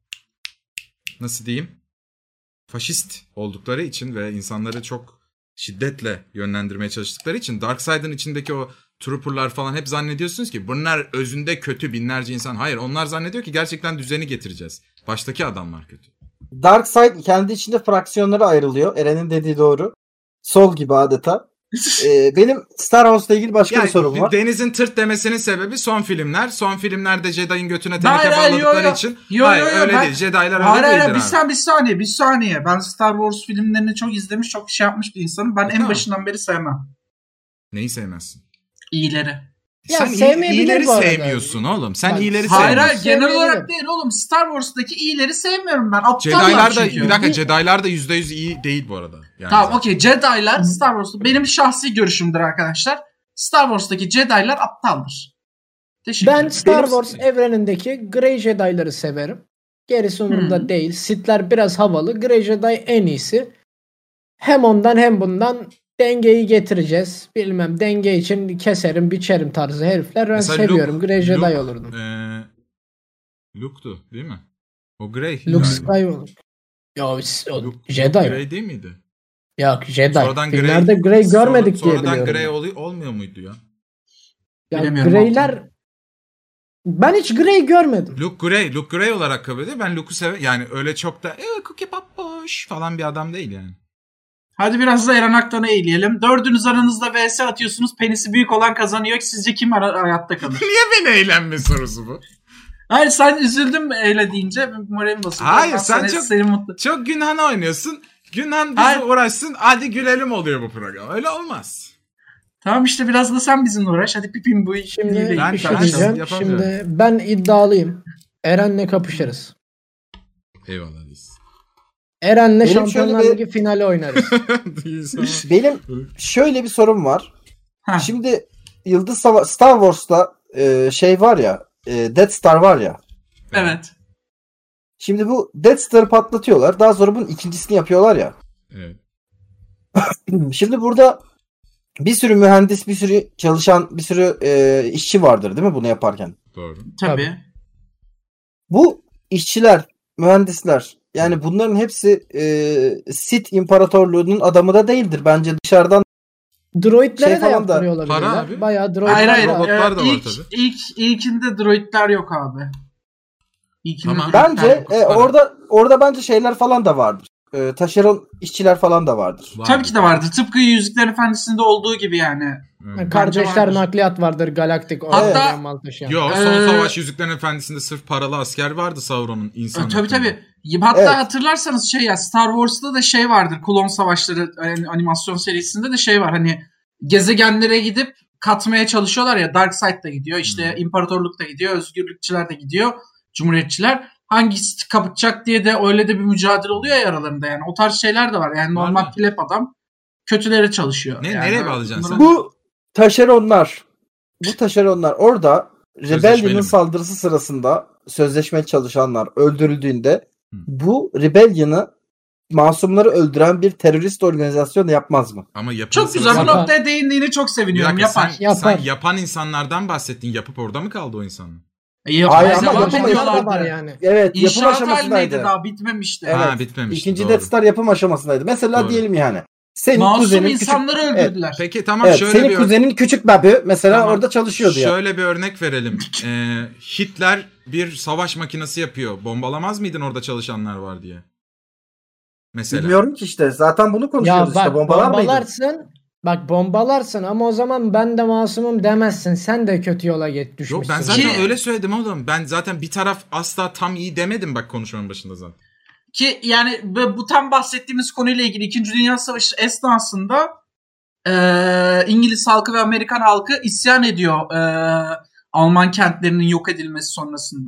nasıl diyeyim? Faşist oldukları için ve insanları çok şiddetle yönlendirmeye çalıştıkları için Darkseid'in içindeki o trooperlar falan hep zannediyorsunuz ki bunlar özünde kötü binlerce insan. Hayır, onlar zannediyor ki gerçekten düzeni getireceğiz. Baştaki adamlar kötü. Dark Side kendi içinde fraksiyonlara ayrılıyor. Eren'in dediği doğru. Sol gibi adeta. Ee, benim Star Wars'la ilgili başka Yani bir sorum var. Deniz'in tırt demesinin sebebi son filmler. Son filmlerde Jedi'nin götüne Hayır, teneke hayır, yo, bağladıkları yo. için. Yo, hayır yo, yo, öyle ben- değil. Jedi'lar öyle Hayır hayır, değildir bir abi. saniye, bir saniye, bir saniye. Ben Star Wars filmlerini çok izlemiş, çok şey yapmış bir insanım. Ben en Tamam. başından beri sevmem. Neyi sevmezsin? İyileri. Ya Sen iyi, sevmeyebilir iyileri bu arada. sevmiyorsun oğlum. Sen Bak, iyileri Hayır sevmiyorsun. hayır, genel Sevmeyebilirim. olarak değil oğlum. Star Wars'taki iyileri sevmiyorum ben. Aptallar Jedi'lar da çünkü. bir dakika Jedi'lar da yüzde yüz iyi değil bu arada. Yani Tamam okey, Jedi'lar Star Wars'ta benim şahsi görüşümdür arkadaşlar. Star Wars'taki Jedi'lar aptaldır. Teşekkür Ben ederim. Star Benim- Wars evrenindeki Grey Jedi'ları severim. Gerisi umurumda Hmm. değil. Sith'ler biraz havalı. Grey Jedi en iyisi. Hem ondan hem bundan dengeyi getireceğiz. Bilmem, denge için keserim biçerim tarzı herifler. Ben Mesela seviyorum. Luke- Grey Jedi Luke, olurdum. eee, Luke'tu değil mi? O Grey. Luke galiba. Skywalker. Ya o Luke- Jedi. Luke Grey değil miydi? Yok Jedi. Sonradan Grey, Filmlerde Grey sonra- görmedik diye sonradan biliyorum. Grey ben. oluyor, olmuyor muydu ya? Ya Bilemiyorum Grey'ler ben hiç Grey görmedim. Luke Grey, Luke Grey olarak kabul ediyor. Ben Luke'u severim. Yani öyle çok da e, cookie pop boş falan bir adam değil yani. Hadi biraz da Eren Aktan'a eğleyelim. Dördünüz aranızda V S atıyorsunuz. Penisi büyük olan kazanıyor. Sizce kim ara- hayatta kalır? Niye beni eğlenme sorusu bu? Hayır, sen üzüldün mü eyle deyince moralim bozuldu. Hayır, Ben sen sana- çok- seni mutlu. Çok Günhan'ı oynuyorsun. Günhan bizi Hayır. uğraşsın. Hadi gülelim oluyor bu program. Öyle olmaz. Tamam işte biraz da sen bizimle uğraş. Hadi pipim bu Şimdi Ben- bir şey ben diyeceğim. yapamıyorum. Şimdi ben iddialıyım. Eren'le kapışırız. Eyvallah biz. Eren'le Benim Şampiyonlar şöyle bir- Ligi finali oynarız. Benim şöyle bir sorum var. Heh. Şimdi Yıldız Sava- Star Wars'ta e, şey var ya, e, Death Star var ya. Evet. Şimdi bu Death Star'ı patlatıyorlar. Daha sonra bunun ikincisini yapıyorlar ya. Evet. Şimdi burada bir sürü mühendis, bir sürü çalışan, bir sürü e, işçi vardır değil mi bunu yaparken? Doğru. Tabii. Bu işçiler, mühendisler, yani bunların hepsi e, Sith İmparatorluğu'nun adamı da değildir. Bence dışarıdan Droidlere Şey de falan da- yaptırıyor olabilirler. Para abi. Bayağı droidler Hayır hayır. var. robotlar Ee, da var ilk, tabii. ilk, ilkinde droidler yok abi. İlkinde Tamam. droidler bence yok. e, orada orada bence şeyler falan da vardır. E, taşeron işçiler falan da vardır. Var. Tabii ki de vardır. Tıpkı Yüzüklerin Efendisi'nde olduğu gibi yani. Evet. Yani kardeşler vardır. nakliyat vardır galaktik. Hatta- Hatta mal taşıyan. Yo, son Ee, savaş Yüzüklerin Efendisi'nde sırf paralı asker vardı Sauron'un insan. E, tabii hakkında. tabii. Hatta Evet. hatırlarsanız şey ya Star Wars'ta da şey vardır. Klon Savaşları yani animasyon serisinde de şey var. Hani gezegenlere gidip katmaya çalışıyorlar ya. Darkseid de gidiyor. İşte Hmm. İmparatorluk da gidiyor. Özgürlükçüler de gidiyor. Cumhuriyetçiler. Hangisi kapatacak diye de öyle de bir mücadele oluyor ya aralarında yani. O tarz şeyler de var. Yani Var normal mı? pleb adam kötülere çalışıyor. Ne- yani. nereye bağlayacaksın sen? Bunların- Bu taşeronlar, bu taşeronlar orada Sözleşmeli Rebellion'ın mi? saldırısı sırasında sözleşmeli çalışanlar öldürüldüğünde Hı. bu Rebellion'ı masumları öldüren bir terörist organizasyon yapmaz mı? Ama yapım Çok güzel. Bu sırasında- Yapar. noktaya değindiğini çok Bir seviniyorum. dakika, Yapar. sen, Yapar. sen yapan insanlardan bahsettin. Yapıp orada mı kaldı o insanlar? E, yapar. Hayır, Devam ama yapım Yapamayanlar da ediyorlardı. var yani. Evet, yapım İnşaat aşamasındaydı. halindeydi daha bitmemişti. Evet. Ha, bitmemiş. İkinci Doğru. Death Star yapım aşamasındaydı. Mesela Doğru. diyelim yani. Senin Masum kuzenin insanları küçük... öldürdüler. Peki tamam, Evet, şöyle senin bir kuzenin küçük babi mesela Tamam. orada çalışıyordu ya. şöyle bir örnek verelim. Ee, Hitler bir savaş makinesi yapıyor. Bombalamaz mıydın orada çalışanlar var diye? Mesela. Bilmiyorum ki işte. Zaten bunu konuşuyoruz Ya işte. bak Bombalar mıydı? bombalarsın. Bak bombalarsın ama o zaman ben de masumum demezsin. Sen de kötü yola get Yok, düşmüşsün. ben zaten Ki- öyle söyledim oğlum. Ben zaten bir taraf asla tam iyi demedim bak konuşmanın başında zaten. Ki yani bu bu tam bahsettiğimiz konuyla ilgili İkinci Dünya Savaşı esnasında eee, İngiliz halkı ve Amerikan halkı isyan ediyor eee, Alman kentlerinin yok edilmesi sonrasında.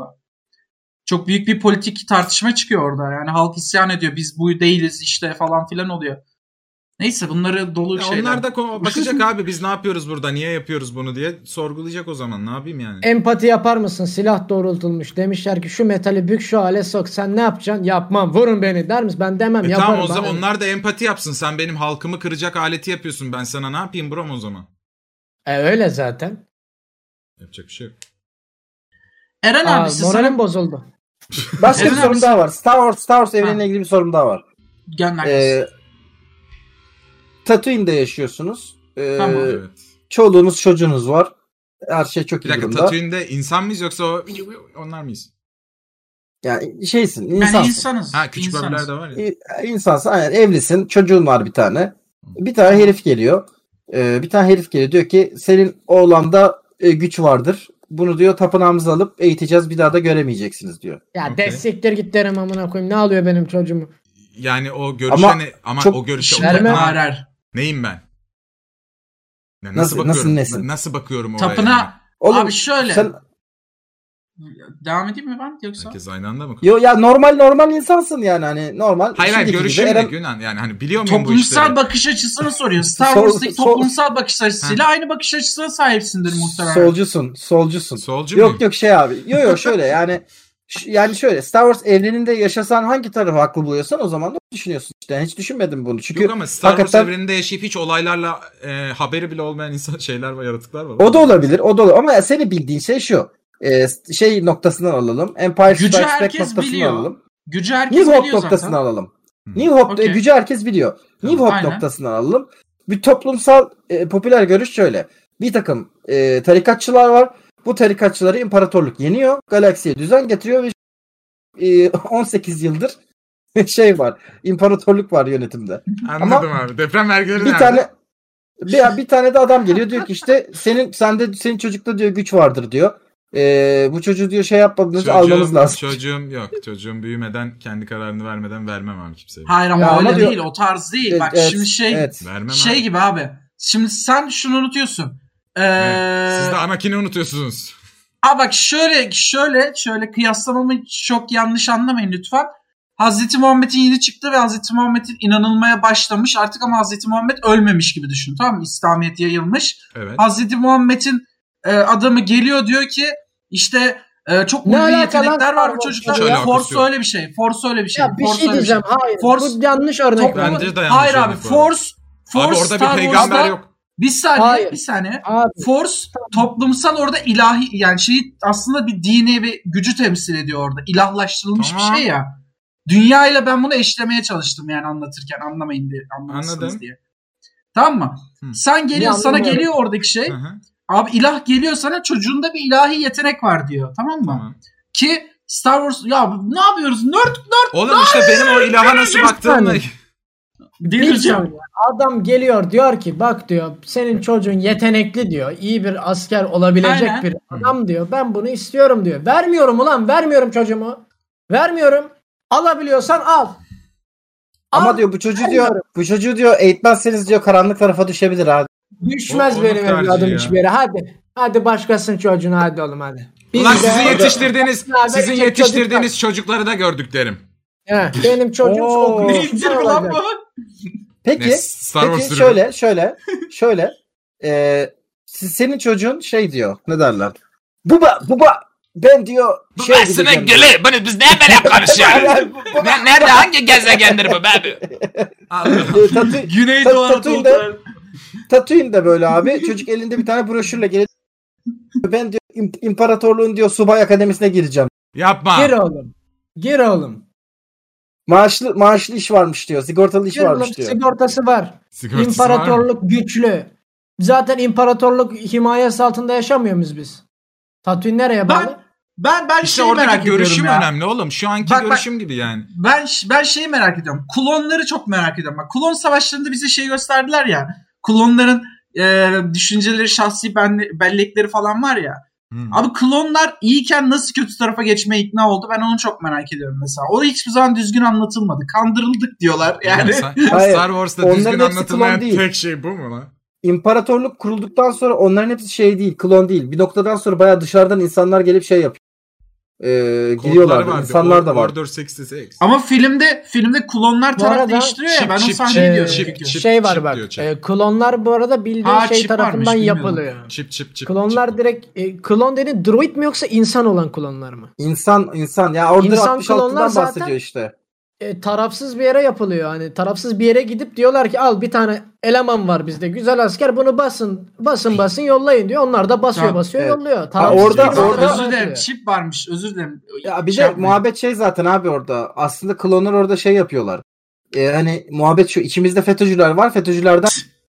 Çok büyük bir politik tartışma çıkıyor orada. Yani halk isyan ediyor. Biz bu değiliz işte falan filan oluyor. Neyse bunları dolu Ya şeyler. onlar da ko- bakacak abi biz ne yapıyoruz burada, niye yapıyoruz bunu diye sorgulayacak o zaman. Ne yapayım yani? Empati yapar mısın? Silah doğrultulmuş. Demişler ki şu metali bük şu hale sok. Sen ne yapacaksın? Yapmam. Vurun beni der misin? Ben demem. E yaparım. tamam o zaman bana. onlar da empati yapsın. Sen benim halkımı kıracak aleti yapıyorsun. Ben sana ne yapayım brom o zaman? E öyle zaten. Yapacak bir şey yok. Eren Aa, abi siz moralim sana bozuldu. Başka bir Eren sorum abi- daha var. Star Wars, Star Wars Ha. evreniyle ilgili bir sorum daha var. gönder. Ee, Tatooine'de yaşıyorsunuz. Ee, Tamam. Evet. Çoluğunuz çocuğunuz var. Her şey çok Bir iyi dakika, durumda. Tatooine'de insan mıyız yoksa o onlar mıyız? Yani şeysin, Ben insansın. insanız. Ha, küçük insanız. babiler de var ya. İ- İnsansın, aynen evlisin, çocuğun var bir tane. Bir tane herif geliyor. Ee, bir tane herif geliyor diyor ki senin oğlanda e, güç vardır. Bunu diyor tapınağımıza alıp eğiteceğiz, bir daha da göremeyeceksiniz diyor. Ya Okey. destektir git derim amına koyayım. Ne alıyor benim çocuğumu? Yani o görüşe Ama ne? Ama çok- o görüşe o Verme. tapınağa- Arar. neyim ben? Ya Nasıl- nasıl, bakıyorum? nasıl nesin? Nasıl bakıyorum oraya? Tapına yani? Oğlum, abi şöyle. sen Devam edeyim mi ben yoksa? Herkes aynı anda mı? yo ya normal normal insansın yani hani normal. Hayır hayır şimdiki görüşüm gibi ne Eren- Günan? Yani hani biliyor muyum bu Toplumsal işleri? bakış açısını soruyor. Star Sol- Wars'taki sol- toplumsal bakış açısıyla aynı bakış açısına sahipsindir muhtemelen. Solcusun, solcusun. Solcu Yok muyum? yok şey abi. Yok yok şöyle yani ş- yani şöyle Star Wars evreninde yaşasan hangi tarafı haklı buluyorsan o zaman da düşünüyorsun işte. Hiç düşünmedim bunu. Çünkü Yok ama Star Wars hakikaten- evreninde yaşayıp hiç olaylarla e, haberi bile olmayan insan şeyler var, yaratıklar var. o da olabilir. O da olabilir. Ama seni bildiğin şey şu. Ee, şey noktasından alalım. Empire Gücü Strikes Back herkes noktasından biliyor. alalım. Gücü herkes New Hope biliyor noktasını zaten. alalım. Hı. New Hope Okey. gücü herkes biliyor. New Hope Aynen. noktasını alalım. Bir toplumsal e, popüler görüş şöyle. Bir takım e, tarikatçılar var. Bu tarikatçıları imparatorluk yeniyor. Galaksiye düzen getiriyor ve e, on sekiz yıldır şey var. İmparatorluk var yönetimde. Anladım abi. Deprem vergileri Bir nerede? tane bir, bir tane de adam geliyor diyor ki işte senin sende senin çocukta diyor güç vardır diyor. E, bu çocuğu diyor şey yapmadığınızı almanız lazım. Çocuğum yok. Çocuğum büyümeden kendi kararını vermeden vermem abi kimseye. Hayır ama Ya ama öyle diyor- değil. O tarz değil. Evet, Bak evet, şimdi şey evet. Vermem şey abi. gibi abi. Şimdi sen şunu unutuyorsun. Ee, Evet. Siz de Anakin'i unutuyorsunuz. Ha bak şöyle şöyle şöyle kıyaslamamı çok yanlış anlamayın lütfen. Hazreti Muhammed'in yeni çıktı ve Hazreti Muhammed'in inanılmaya başlamış artık ama Hazreti Muhammed ölmemiş gibi düşün, tamam mı? İslamiyet yayılmış. Evet. Hazreti Muhammed'in e, adamı geliyor diyor ki işte e, çok Ne ulvi alaka lan yetenekler var bu Star çocukta. Wars ya? Force öyle bir şey. Force öyle bir şey. Ya bir Force şey öyle diyeceğim. Hayır. Force- Bu yanlış örnek. Toplumu- ver. Bence de yanlış Hayır abi örnek bu Force Force Abi orada Star bir peygamber Wars'ta- yok. Bir saniye, Hayır. bir saniye. Abi. Force toplumsal orada ilahi yani şeyi aslında bir dini bir gücü temsil ediyor orada. İlahlaştırılmış Tamam. bir şey ya. Dünya ile ben bunu eşlemeye çalıştım yani anlatırken anlamayın diye anlamasınız Anladım. diye. Tamam mı? Hı. Sen geliyor Ya, sana anlamıyorum. geliyor oradaki şey. Hı hı. Abi ilah geliyor sana çocuğunda bir ilahi yetenek var diyor. Tamam mı? Tamam. Ki Star Wars ya ne yapıyoruz? Nerd nerd Oğlum işte benim o ilaha nasıl baktığımla... Bir saniye. Adam geliyor diyor ki bak diyor senin çocuğun yetenekli diyor. İyi bir asker olabilecek Aynen. bir adam diyor. Ben bunu istiyorum diyor. Vermiyorum ulan vermiyorum çocuğumu. Vermiyorum. Alabiliyorsan al. Ama Al, diyor bu çocuğu vermiyorum. diyor bu çocuğu diyor eğitmezseniz diyor karanlık tarafa düşebilir abi. Düşmez O- benim onun tercihi evladım ya. hiçbir yere. Hadi. Hadi başkasının çocuğunu hadi oğlum hadi. Biz Ulan de- sizin yetiştirdiğiniz, Ya, sizin verecek yetiştirdiğiniz çocukları da gördük derim. He, benim çocuğum Oo. okuyor. Neydir lan bu? Peki Ne, Star Wars peki sürümü. şöyle şöyle şöyle e, siz- senin çocuğun şey diyor ne derler? Baba baba ben diyor şey gideceğim. Bunu biz ne böyle konuşuyoruz? Nerede hangi gezegendir bu abi? E, Tatu- Güneydoğu Tat- Tatooine'de- Tatooine'de böyle abi çocuk elinde bir tane broşürle geliyor. Ben diyor im- imparatorluğun diyor subay akademisine gireceğim. Yapma. Gir oğlum. Gir oğlum. Maaşlı maaşlı iş varmış diyor. Sigortalı iş Gir oğlum. varmış diyor. Sigortası var. Sigortası var mı? İmparatorluk güçlü. Zaten imparatorluk himayesi altında yaşamıyor muyuz biz? Tatooine nereye bağlı? Ben ben ben İşte şeyi merak oradaki ediyorum görüşüm ya. önemli oğlum. Şu anki Bak, bak. görüşüm gibi yani. Ben ben şeyi merak ediyorum. Klonları çok merak ediyorum. Bak klon savaşlarında bize şey gösterdiler ya. Klonların e, düşünceleri, şahsi ben, bellekleri falan var ya. Hmm. Abi klonlar iyiyken nasıl kötü tarafa geçmeye ikna oldu? Ben onu çok merak ediyorum mesela. O hiçbir zaman düzgün anlatılmadı. Kandırıldık diyorlar. Yani Sa- Hayır, Star Wars'ta onların düzgün hepsi anlatılan klon değil. tek şey bu mu lan? İmparatorluk kurulduktan sonra onların hepsi şey değil, klon değil. Bir noktadan sonra bayağı dışarıdan insanlar gelip şey yapıyor. Ee, giriyorlar. Kodları vardı. İnsanlar da var. ama Order altmış altı. filmde filmde klonlar Bu taraf arada değiştiriyor ya. chip, Ben o chip, sahneyi chip, diyorum. chip, çünkü. chip. şey var bak. diyor, chip. e, klonlar bu arada bildiğin Ha, şey chip varmış, tarafından bilmiyordum. yapılıyor. Çip çip çip. Klonlar çip. direkt e, klon dediğin droid mi yoksa insan olan klonlar mı? İnsan insan ya orada İnsan altmış altıdan klonlar zaten- bahsediyor işte. E, tarafsız bir yere yapılıyor. Hani tarafsız bir yere gidip diyorlar ki al bir tane eleman var bizde. Güzel asker bunu basın. Basın basın yollayın diyor. Onlar da basıyor Tamam, basıyor evet. yolluyor. Tarafsız orada- bir yere orada- yapılıyor. Özür dilerim. Chip varmış. Özür dilerim. Ya bir Şey de yapmayın. muhabbet şey zaten abi orada. Aslında klonlar orada şey yapıyorlar. Ee, hani muhabbet şu içimizde FETÖ'cüler var. FETÖ'cülerden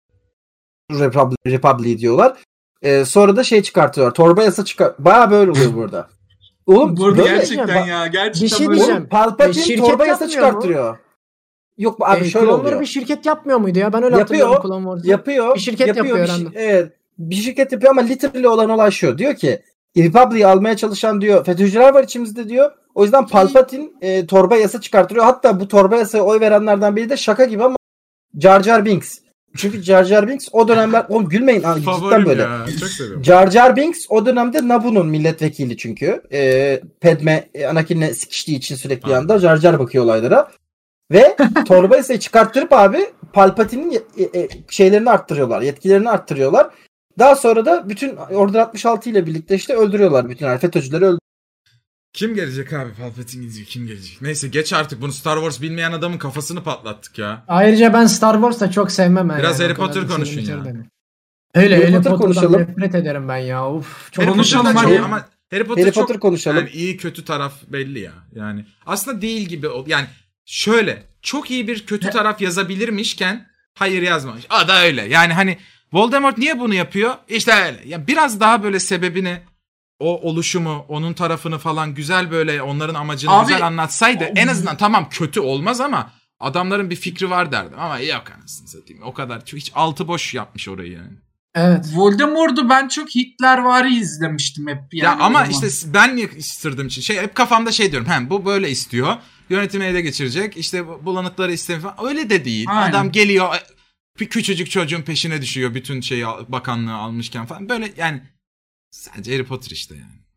Republic, Republic diyorlar. Ee, sonra da şey çıkartıyorlar. Torba yasa çıkar. Baya böyle oluyor burada. Oğlum Bu arada böyle. gerçekten Bak- ya. Gerçekten Bir şey böyle. diyeceğim. Oğlum Palpatine E, şirket torba yasa yapmıyor mu? çıkartıyor. Yok abi E, şöyle klonları oluyor. bir şirket yapmıyor muydu ya? Ben öyle Yapıyor, hatırlıyorum Clone Wars'ı. Yapıyor. Bir şirket yapıyor bir herhalde. şi- evet. Bir şirket yapıyor ama literally olan olay şu. Diyor ki Republic'i almaya çalışan diyor FETÖ'cüler var içimizde diyor. O yüzden Palpatine e, torba yasa çıkartıyor. Hatta bu torba yasaya oy verenlerden biri de şaka gibi ama Jar Jar Binks. Çünkü Jar Jar Binks o dönemler oğlum gülmeyin abi, cidden Favorim böyle. ya. Çok seviyorum. Jar Jar Binks o dönemde Naboo'nun milletvekili çünkü. Ee, Padme e, Anakin'le sıkıştığı için sürekli yanında Jar Jar bakıyor olaylara. Ve torba yasayı çıkarttırıp abi Palpatine'in ye- e, e, şeylerini arttırıyorlar. Yetkilerini arttırıyorlar. Daha sonra da bütün Order altmış altı ile birlikte işte öldürüyorlar bütün yani FETÖ'cüleri öldürüyorlar. Kim gelecek abi? Palpatine gidecek. Kim gelecek? Neyse geç artık bunu. Star Wars bilmeyen adamın kafasını patlattık ya. Ayrıca ben Star Wars da çok sevmem. yani. Biraz O Harry kadar Potter da konuşun sevim ya. içeride. Öyle Harry Harry Potter Potter'dan konuşalım. nefret ederim ben ya. Uf, çok Harry Konuşalım Konuşalım hadi hadi. ama Harry Potter, Harry çok Potter konuşalım. yani iyi kötü taraf belli ya. Yani aslında değil gibi ol- yani şöyle çok iyi bir kötü taraf yazabilirmişken hayır yazmamış. Aa da öyle. Yani hani Voldemort niye bunu yapıyor? İşte öyle. Ya biraz daha böyle sebebini o oluşumu, onun tarafını falan güzel böyle onların amacını Abi, güzel anlatsaydı o- en azından tamam kötü olmaz ama adamların bir fikri var derdim. Ama yok anasını satayım. O kadar hiç altı boş yapmış orayı yani. Evet. Voldemort'u ben çok Hitlervari izlemiştim hep. Yani Ya o ama zaman. işte ben istirdiğim için şey hep kafamda şey diyorum. Hem bu böyle istiyor. Yönetimi ele geçirecek. İşte bu bulanıkları istemiyor falan. Öyle de değil. Aynen. Adam geliyor bir küçücük çocuğun peşine düşüyor. Bütün şeyi al- bakanlığı almışken falan. Böyle yani sadece Harry Potter işte yani.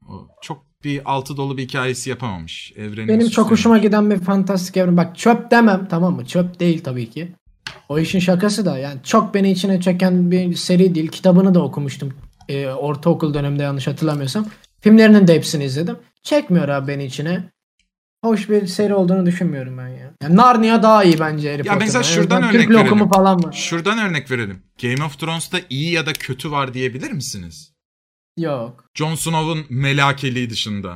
O çok bir altı dolu bir hikayesi yapamamış. Evreni Benim çok süslemiş. hoşuma giden bir fantastik evren. Bak çöp demem, tamam mı? Çöp değil tabii ki. O işin şakası da yani çok beni içine çeken bir seri değil. Kitabını da okumuştum. Ee, ortaokul döneminde yanlış hatırlamıyorsam. Filmlerinin de hepsini izledim. Çekmiyor abi beni içine. Hoş bir seri olduğunu düşünmüyorum ben ya. Yani Narnia daha iyi bence Harry Ya Potter'dan. mesela En şuradan azından örnek Türk lokumu verelim. falan var. Şuradan örnek verelim. Game of Thrones'ta iyi ya da kötü var diyebilir misiniz? Yok. Jon Snow'un melakeliği dışında.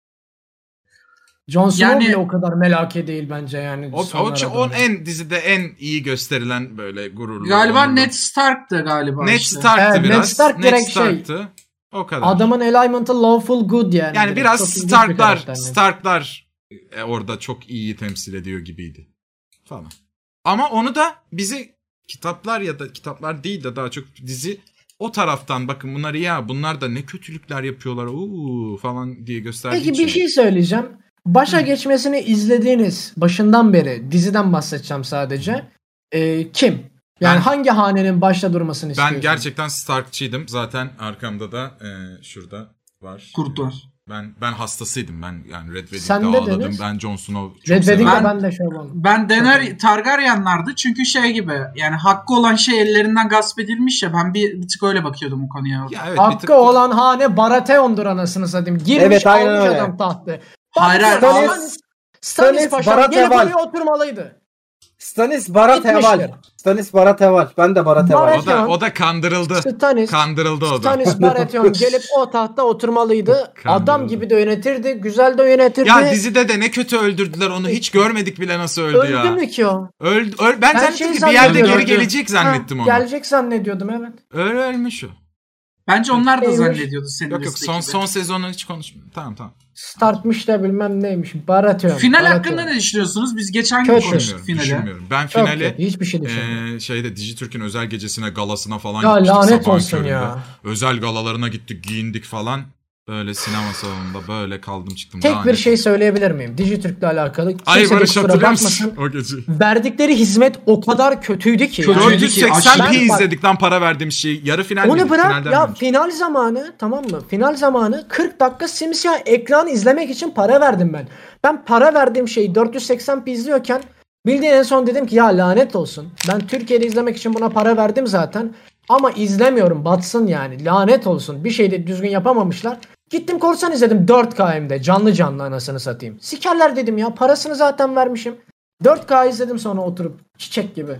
Jon Snow Yani- bile o kadar melake değil bence yani. O, o, sonlara o, doğru. en dizide en iyi gösterilen böyle gururlu. Galiba onurlu. Ned Stark'tı galiba. Ned işte. Stark'tı Evet, biraz. Ned Stark direkt şey- Stark'tı. O kadar. Adamın alignment'ı lawful good yani. yani Direkt biraz çok ilginç bir Stark'lar karakter yani. Stark'lar e, orada çok iyi temsil ediyor gibiydi. Falan. Ama onu da bizi kitaplar ya da kitaplar değil de daha çok dizi o taraftan bakın bunlar ya bunlar da ne kötülükler yapıyorlar uuu falan diye gösterdiği Peki için. bir şey söyleyeceğim. Başa geçmesini izlediğiniz başından beri diziden bahsedeceğim sadece. Ee, kim? Yani Ben- hangi hanenin başta durmasını istiyorsun? Ben gerçekten Starkçıydım. Zaten arkamda da e, şurada var. Kurt var. Ben ben hastasıydım. Ben yani Red Sen Wedding'de de ağladım. Deniz. Ben Jon Snow çok Red Wedding'de severim. ben, de şöyle oldum. Ben Daener Targaryenlardı çünkü şey gibi yani hakkı olan şey ellerinden gasp edilmiş ya ben bir, bir tık öyle bakıyordum o konuya. Ya evet, bir Hakkı tık- olan hane Baratheon'dur anasını satayım. Girmiş Evet, aynen almış öyle. adam tahtı. Hayır, hayır, Stannis, Stannis- Stannis Stannis Paşa Baratheon. gelip oraya oturmalıydı. Stanis Baratheon. Gitmişler. Stanis Baratheon. Ben de Baratheon. Baratheon. O da o da kandırıldı. Stannis, Kandırıldı o da. Stannis Baratheon gelip o tahta oturmalıydı. Kandırıldı. Adam gibi de yönetirdi. Güzel de yönetirdi. Ya dizide de ne kötü öldürdüler onu hiç görmedik bile nasıl öldü Öldü ya. mü ki o? Öldü, öl- ben, Ben zannettim şey ki bir yerde zannediyordum. geri gelecek zannettim Ha, onu. Gelecek zannediyordum evet. Öyle ölmüş o. Bence onlar da Neymiş? zannediyordu senin Yok yok son listeki son gibi. sezonu hiç konuşmuyorum. Tamam tamam. Startmış da bilmem neymiş. Baratheon. Final Baratheon. hakkında ne düşünüyorsunuz? Biz geçen gün Kötü. konuştuk Düşünmüyorum. finali. düşünmüyorum. Ben Çok finali kötü, hiçbir şey düşünmüyorum. Ee, şeyde Dijitürk'ün özel gecesine galasına falan Ya gitmiştik lanet sabahın olsun köründe. ya. Özel galalarına gittik giyindik falan. Böyle sinema salonunda böyle kaldım çıktım. Tek Lanet bir şey olsun. söyleyebilir miyim? Dijitürk'le alakalı. Kimse Ay de Barış kusura hatırlıyor bakmasın. musun o gece? Verdikleri hizmet o kadar kötüydü ki. Kötü. yani. Kötüydü. dört yüz seksen Ben- p bak- izledik lan para verdiğimiz şey. Yarı final miydi? Onu bırak Finalden ya miydi? final zamanı tamam mı? Final zamanı kırk dakika simsiyah ekran izlemek için para verdim ben. Ben para verdiğim şeyi dört yüz seksen p izliyorken bildiğin en son dedim ki ya lanet olsun. Ben Türkiye'de izlemek için buna para verdim zaten. Ama izlemiyorum batsın yani lanet olsun. Bir şey de düzgün yapamamışlar. Gittim korsan izledim dört K hem de canlı canlı anasını satayım. Sikerler dedim ya parasını zaten vermişim. dört K izledim sonra oturup çiçek gibi.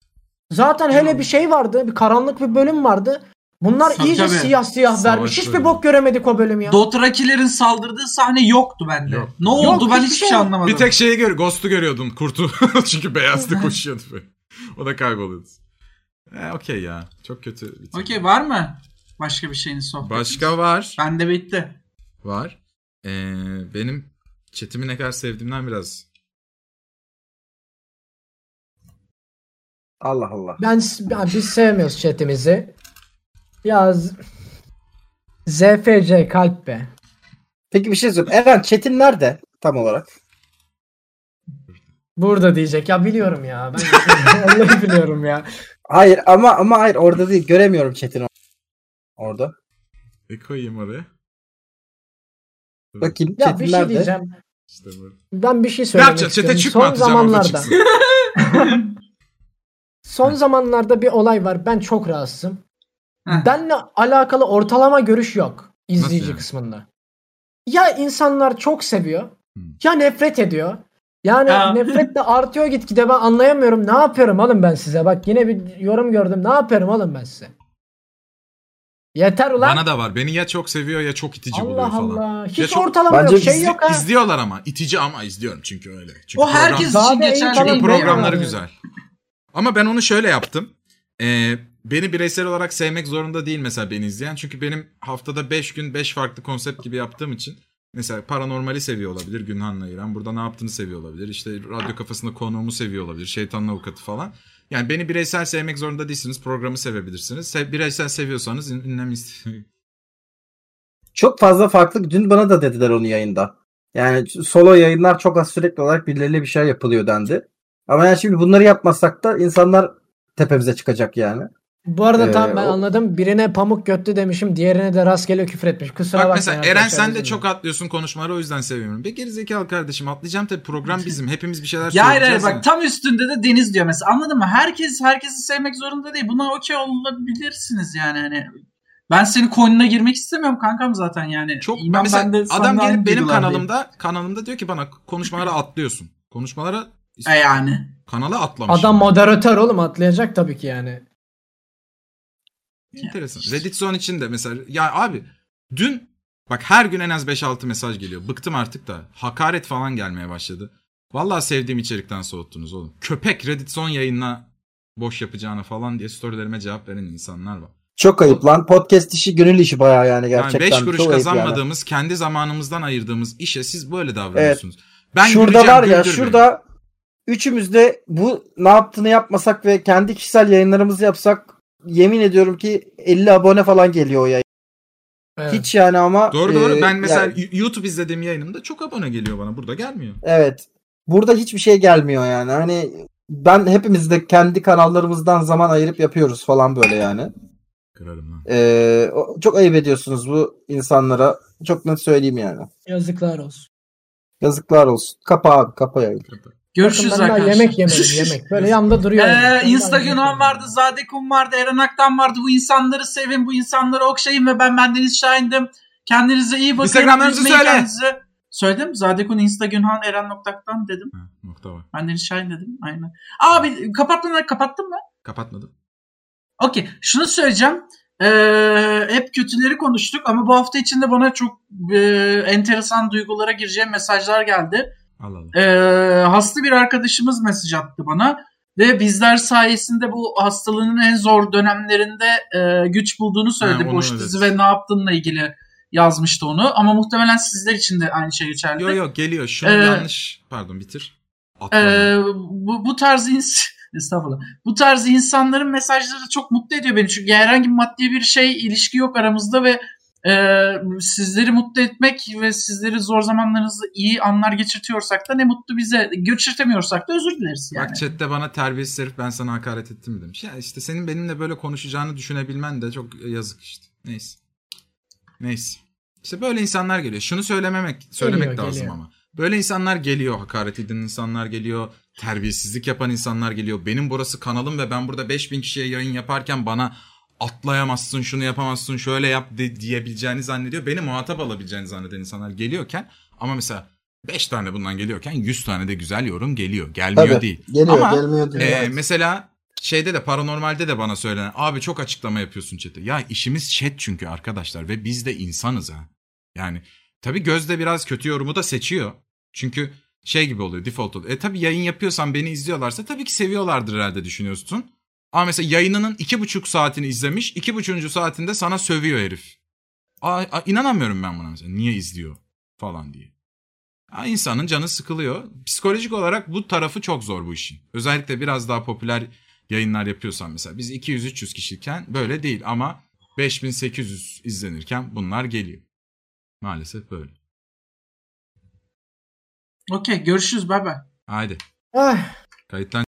Zaten hele bir şey vardı. Bir karanlık bir bölüm vardı. Bunlar Tabii, iyice tabii. siyah siyah Savaş vermiş. Hiçbir bölümü. bok göremedik o bölüm ya. Dothrakilerin saldırdığı sahne yoktu bende. Yok. Ne oldu Yok, ben hiçbir hiçbir şey şey yok. anlamadım. Bir tek şeyi gör, Ghost'u görüyordun kurtu. Çünkü beyazdı koşuyordu böyle. O da kayboluyordu. E, okey ya. Çok kötü. bitirdi. Okey var mı? Başka bir şeyiniz sohbet. Başka var. Bende bitti. Var. Ee, benim chatimi ne kadar sevdiğimden biraz. Allah Allah. Ben, ben biz sevmiyoruz chatimizi. Ya Z- Z F C kalp be. Peki bir şey söyleyeyim. Eren Çetin nerede tam olarak? Burada diyecek. Ya biliyorum ya. Ben vallahi biliyorum ya. Hayır ama ama hayır orada değil. Göremiyorum Çetin'i orada. E koyayım oraya. Bakayım Ya Çetin bir şey nerede? diyeceğim. İşte bu. Ben bir şey Ne söylemek yapacaksın? Chat'e istiyorum. çık mı Son atacağım orada zamanlarda. çıksın? Son zamanlarda bir olay var. Ben çok rahatsızım. Heh. Benle alakalı ortalama görüş yok izleyici Nasıl yani? kısmında. Ya insanlar çok seviyor Hmm. ya nefret ediyor. Yani Ha. nefret de artıyor gitgide ben anlayamıyorum. Ne yapıyorum oğlum ben size? Bak yine bir yorum gördüm. Ne yapıyorum oğlum ben size? Yeter ulan. Bana da var. Beni ya çok seviyor ya çok itici buluyor Allah falan. Allah. Hiç Ya çok- ortalama Bence yok. Şey İzli- yok ha. İzliyorlar ama. İtici ama izliyorum çünkü öyle. Çünkü O herkes Daha için da iyi geçerli falan değil. Çünkü değil programları yani. güzel. Ama ben onu şöyle yaptım. Ee, beni bireysel olarak sevmek zorunda değil mesela beni izleyen. Çünkü benim haftada beş gün beş farklı konsept gibi yaptığım için. Mesela paranormali seviyor olabilir Günhan'la İrem. Burada ne yaptığını seviyor olabilir. İşte radyo kafasında konuğumu seviyor olabilir. Şeytanın avukatı falan. Yani beni bireysel sevmek zorunda değilsiniz. Programı sevebilirsiniz. Se- bireysel seviyorsanız ün- ünlem ist- Çok fazla farklı. Dün bana da dediler onu yayında. Yani solo yayınlar çok az sürekli olarak birileriyle bir şey yapılıyor dendi. Ama yani şimdi bunları yapmasak da insanlar tepemize çıkacak yani. Bu arada Ee, tam ben o- anladım. Birine pamuk götlü demişim. Diğerine de rastgele küfür etmiş. Kusura Bak bakmayın mesela Eren arkadaşlar, sen de özür çok dilerim. atlıyorsun konuşmaları, o yüzden seviyorum. Bir gerizekalı kardeşim, atlayacağım tabii, program bizim. Hepimiz bir şeyler Ya hayır hayır söyleyeceğiz. bak tam üstünde de Deniz diyor mesela, anladın mı? Herkes herkesi sevmek zorunda değil. Buna okey olabilirsiniz yani hani. Ben senin koynuna girmek istemiyorum kankam zaten yani. Çok İnan mesela ben de adam seninle aynı gelip benim duygulardayım. kanalımda kanalımda diyor ki bana konuşmalara atlıyorsun. Konuşmalara E yani. kanala atlamış. Adam moderatör oğlum, atlayacak tabii ki yani. Enteresan. Reddit Zone için de mesela ya abi dün bak her gün en az beş altı mesaj geliyor. Bıktım artık da. Hakaret falan gelmeye başladı. Vallahi sevdiğim içerikten soğuttunuz oğlum. Köpek Reddit Zone yayınla boş yapacağına falan diye storylerime cevap veren insanlar var. Çok ayıp lan. Podcast işi gönül işi bayağı yani Yani gerçekten. beş kuruş Çok ayıp kazanmadığımız, kendi zamanımızdan ayırdığımız işe siz böyle davranıyorsunuz. Ben yani. Şurada güleceğim, var ya güldür beni. şurada üçümüz de bu ne yaptığını yapmasak ve kendi kişisel yayınlarımızı yapsak yemin ediyorum ki elli abone falan geliyor o yayın. Evet. Hiç yani ama. Doğru doğru. e, Ben mesela yani- YouTube izlediğim yayınımda çok abone geliyor bana. Burada gelmiyor. Evet. Burada hiçbir şey gelmiyor yani. Hani ben hepimiz de kendi kanallarımızdan zaman ayırıp yapıyoruz falan böyle yani. Kırarım lan. Ee, o- çok ayıp ediyorsunuz bu insanlara. Çok net söyleyeyim yani. Yazıklar olsun. Yazıklar olsun. Kapa abi, kapa yayını. Görüşürüz Bakın ben daha arkadaşlar. yemek yemedim, yemek. Böyle yanında duruyor. Ee, yani. Ben daha Insta yemek Günhan yemedim. vardı, Zadekun vardı, Eren Aktan vardı. Bu insanları sevin, bu insanları okşayın ve ben bendeniz Şahin'dim. Kendinize iyi bakın. Instagramlarınızı Üzmeyin söyle. kendinizi. Söyledim. Zadekun, Insta Günhan, Eren Noktak'tan dedim. Ha, nokta var. Bendeniz Şahin dedim. Aynen. Abi kapattın mı? Kapattın mı? Kapatmadım. Okey. Şunu söyleyeceğim. Ee, hep kötüleri konuştuk ama bu hafta içinde bana çok e, enteresan duygulara gireceğim mesajlar geldi. Allah Allah. Ee, hasta bir arkadaşımız mesaj attı bana ve bizler sayesinde bu hastalığının en zor dönemlerinde e, güç bulduğunu söyledi. Ha, onu Boş evet. dizi ve ne yaptığınla ilgili yazmıştı onu ama muhtemelen sizler için de aynı şey geçerli. Yok yok geliyor. Şunu Ee, yanlış. Pardon bitir. Atladım. Ee, bu, bu tarz ins estağfurullah. Bu tarz insanların mesajları çok mutlu ediyor beni. Çünkü herhangi bir maddi bir şey, ilişki yok aramızda ve e, sizleri mutlu etmek ve sizleri zor zamanlarınızda iyi anlar geçirtiyorsak da ne mutlu bize. Geçirtemiyorsak da özür dileriz yani. Bak chatte bana terbiyesiz herif ben sana hakaret ettim mi demiş. Ya işte senin benimle böyle konuşacağını düşünebilmen de çok yazık işte. Neyse. Neyse. İşte böyle insanlar geliyor. Şunu söylememek, söylemek Geliyor, lazım geliyor. ama. Böyle insanlar geliyor. Hakaret eden insanlar geliyor. Terbiyesizlik yapan insanlar geliyor. Benim burası kanalım ve ben burada beş bin kişiye yayın yaparken bana atlayamazsın, şunu yapamazsın, şöyle yap de, diyebileceğini zannediyor. Beni muhatap alabileceğini zanneden insanlar geliyorken ama mesela beş tane bundan geliyorken yüz tane de güzel yorum geliyor. Gelmiyor Tabii, değil. geliyor, ama gelmiyor değil, e, evet. mesela şeyde de paranormalde de bana söylenen abi çok açıklama yapıyorsun chat'e. Ya işimiz chat çünkü arkadaşlar ve biz de insanız ha. Yani tabii Gözde biraz kötü yorumu da seçiyor. Çünkü şey gibi oluyor, default oluyor. E tabii yayın yapıyorsan beni izliyorlarsa tabii ki seviyorlardır herhalde düşünüyorsun. Ama mesela yayınının iki buçuk saatini izlemiş, iki buçuğuncu saatinde sana sövüyor herif. Aa, a, inanamıyorum ben buna mesela. Niye izliyor falan diye. Ya insanın canı sıkılıyor. Psikolojik olarak bu tarafı çok zor bu işin. Özellikle biraz daha popüler yayınlar yapıyorsan mesela. Biz iki yüz üç yüz kişiyken böyle değil ama beş bin sekiz yüz izlenirken bunlar geliyor. Maalesef böyle. Okey görüşürüz bye bye. Haydi. Ah. Kayıttan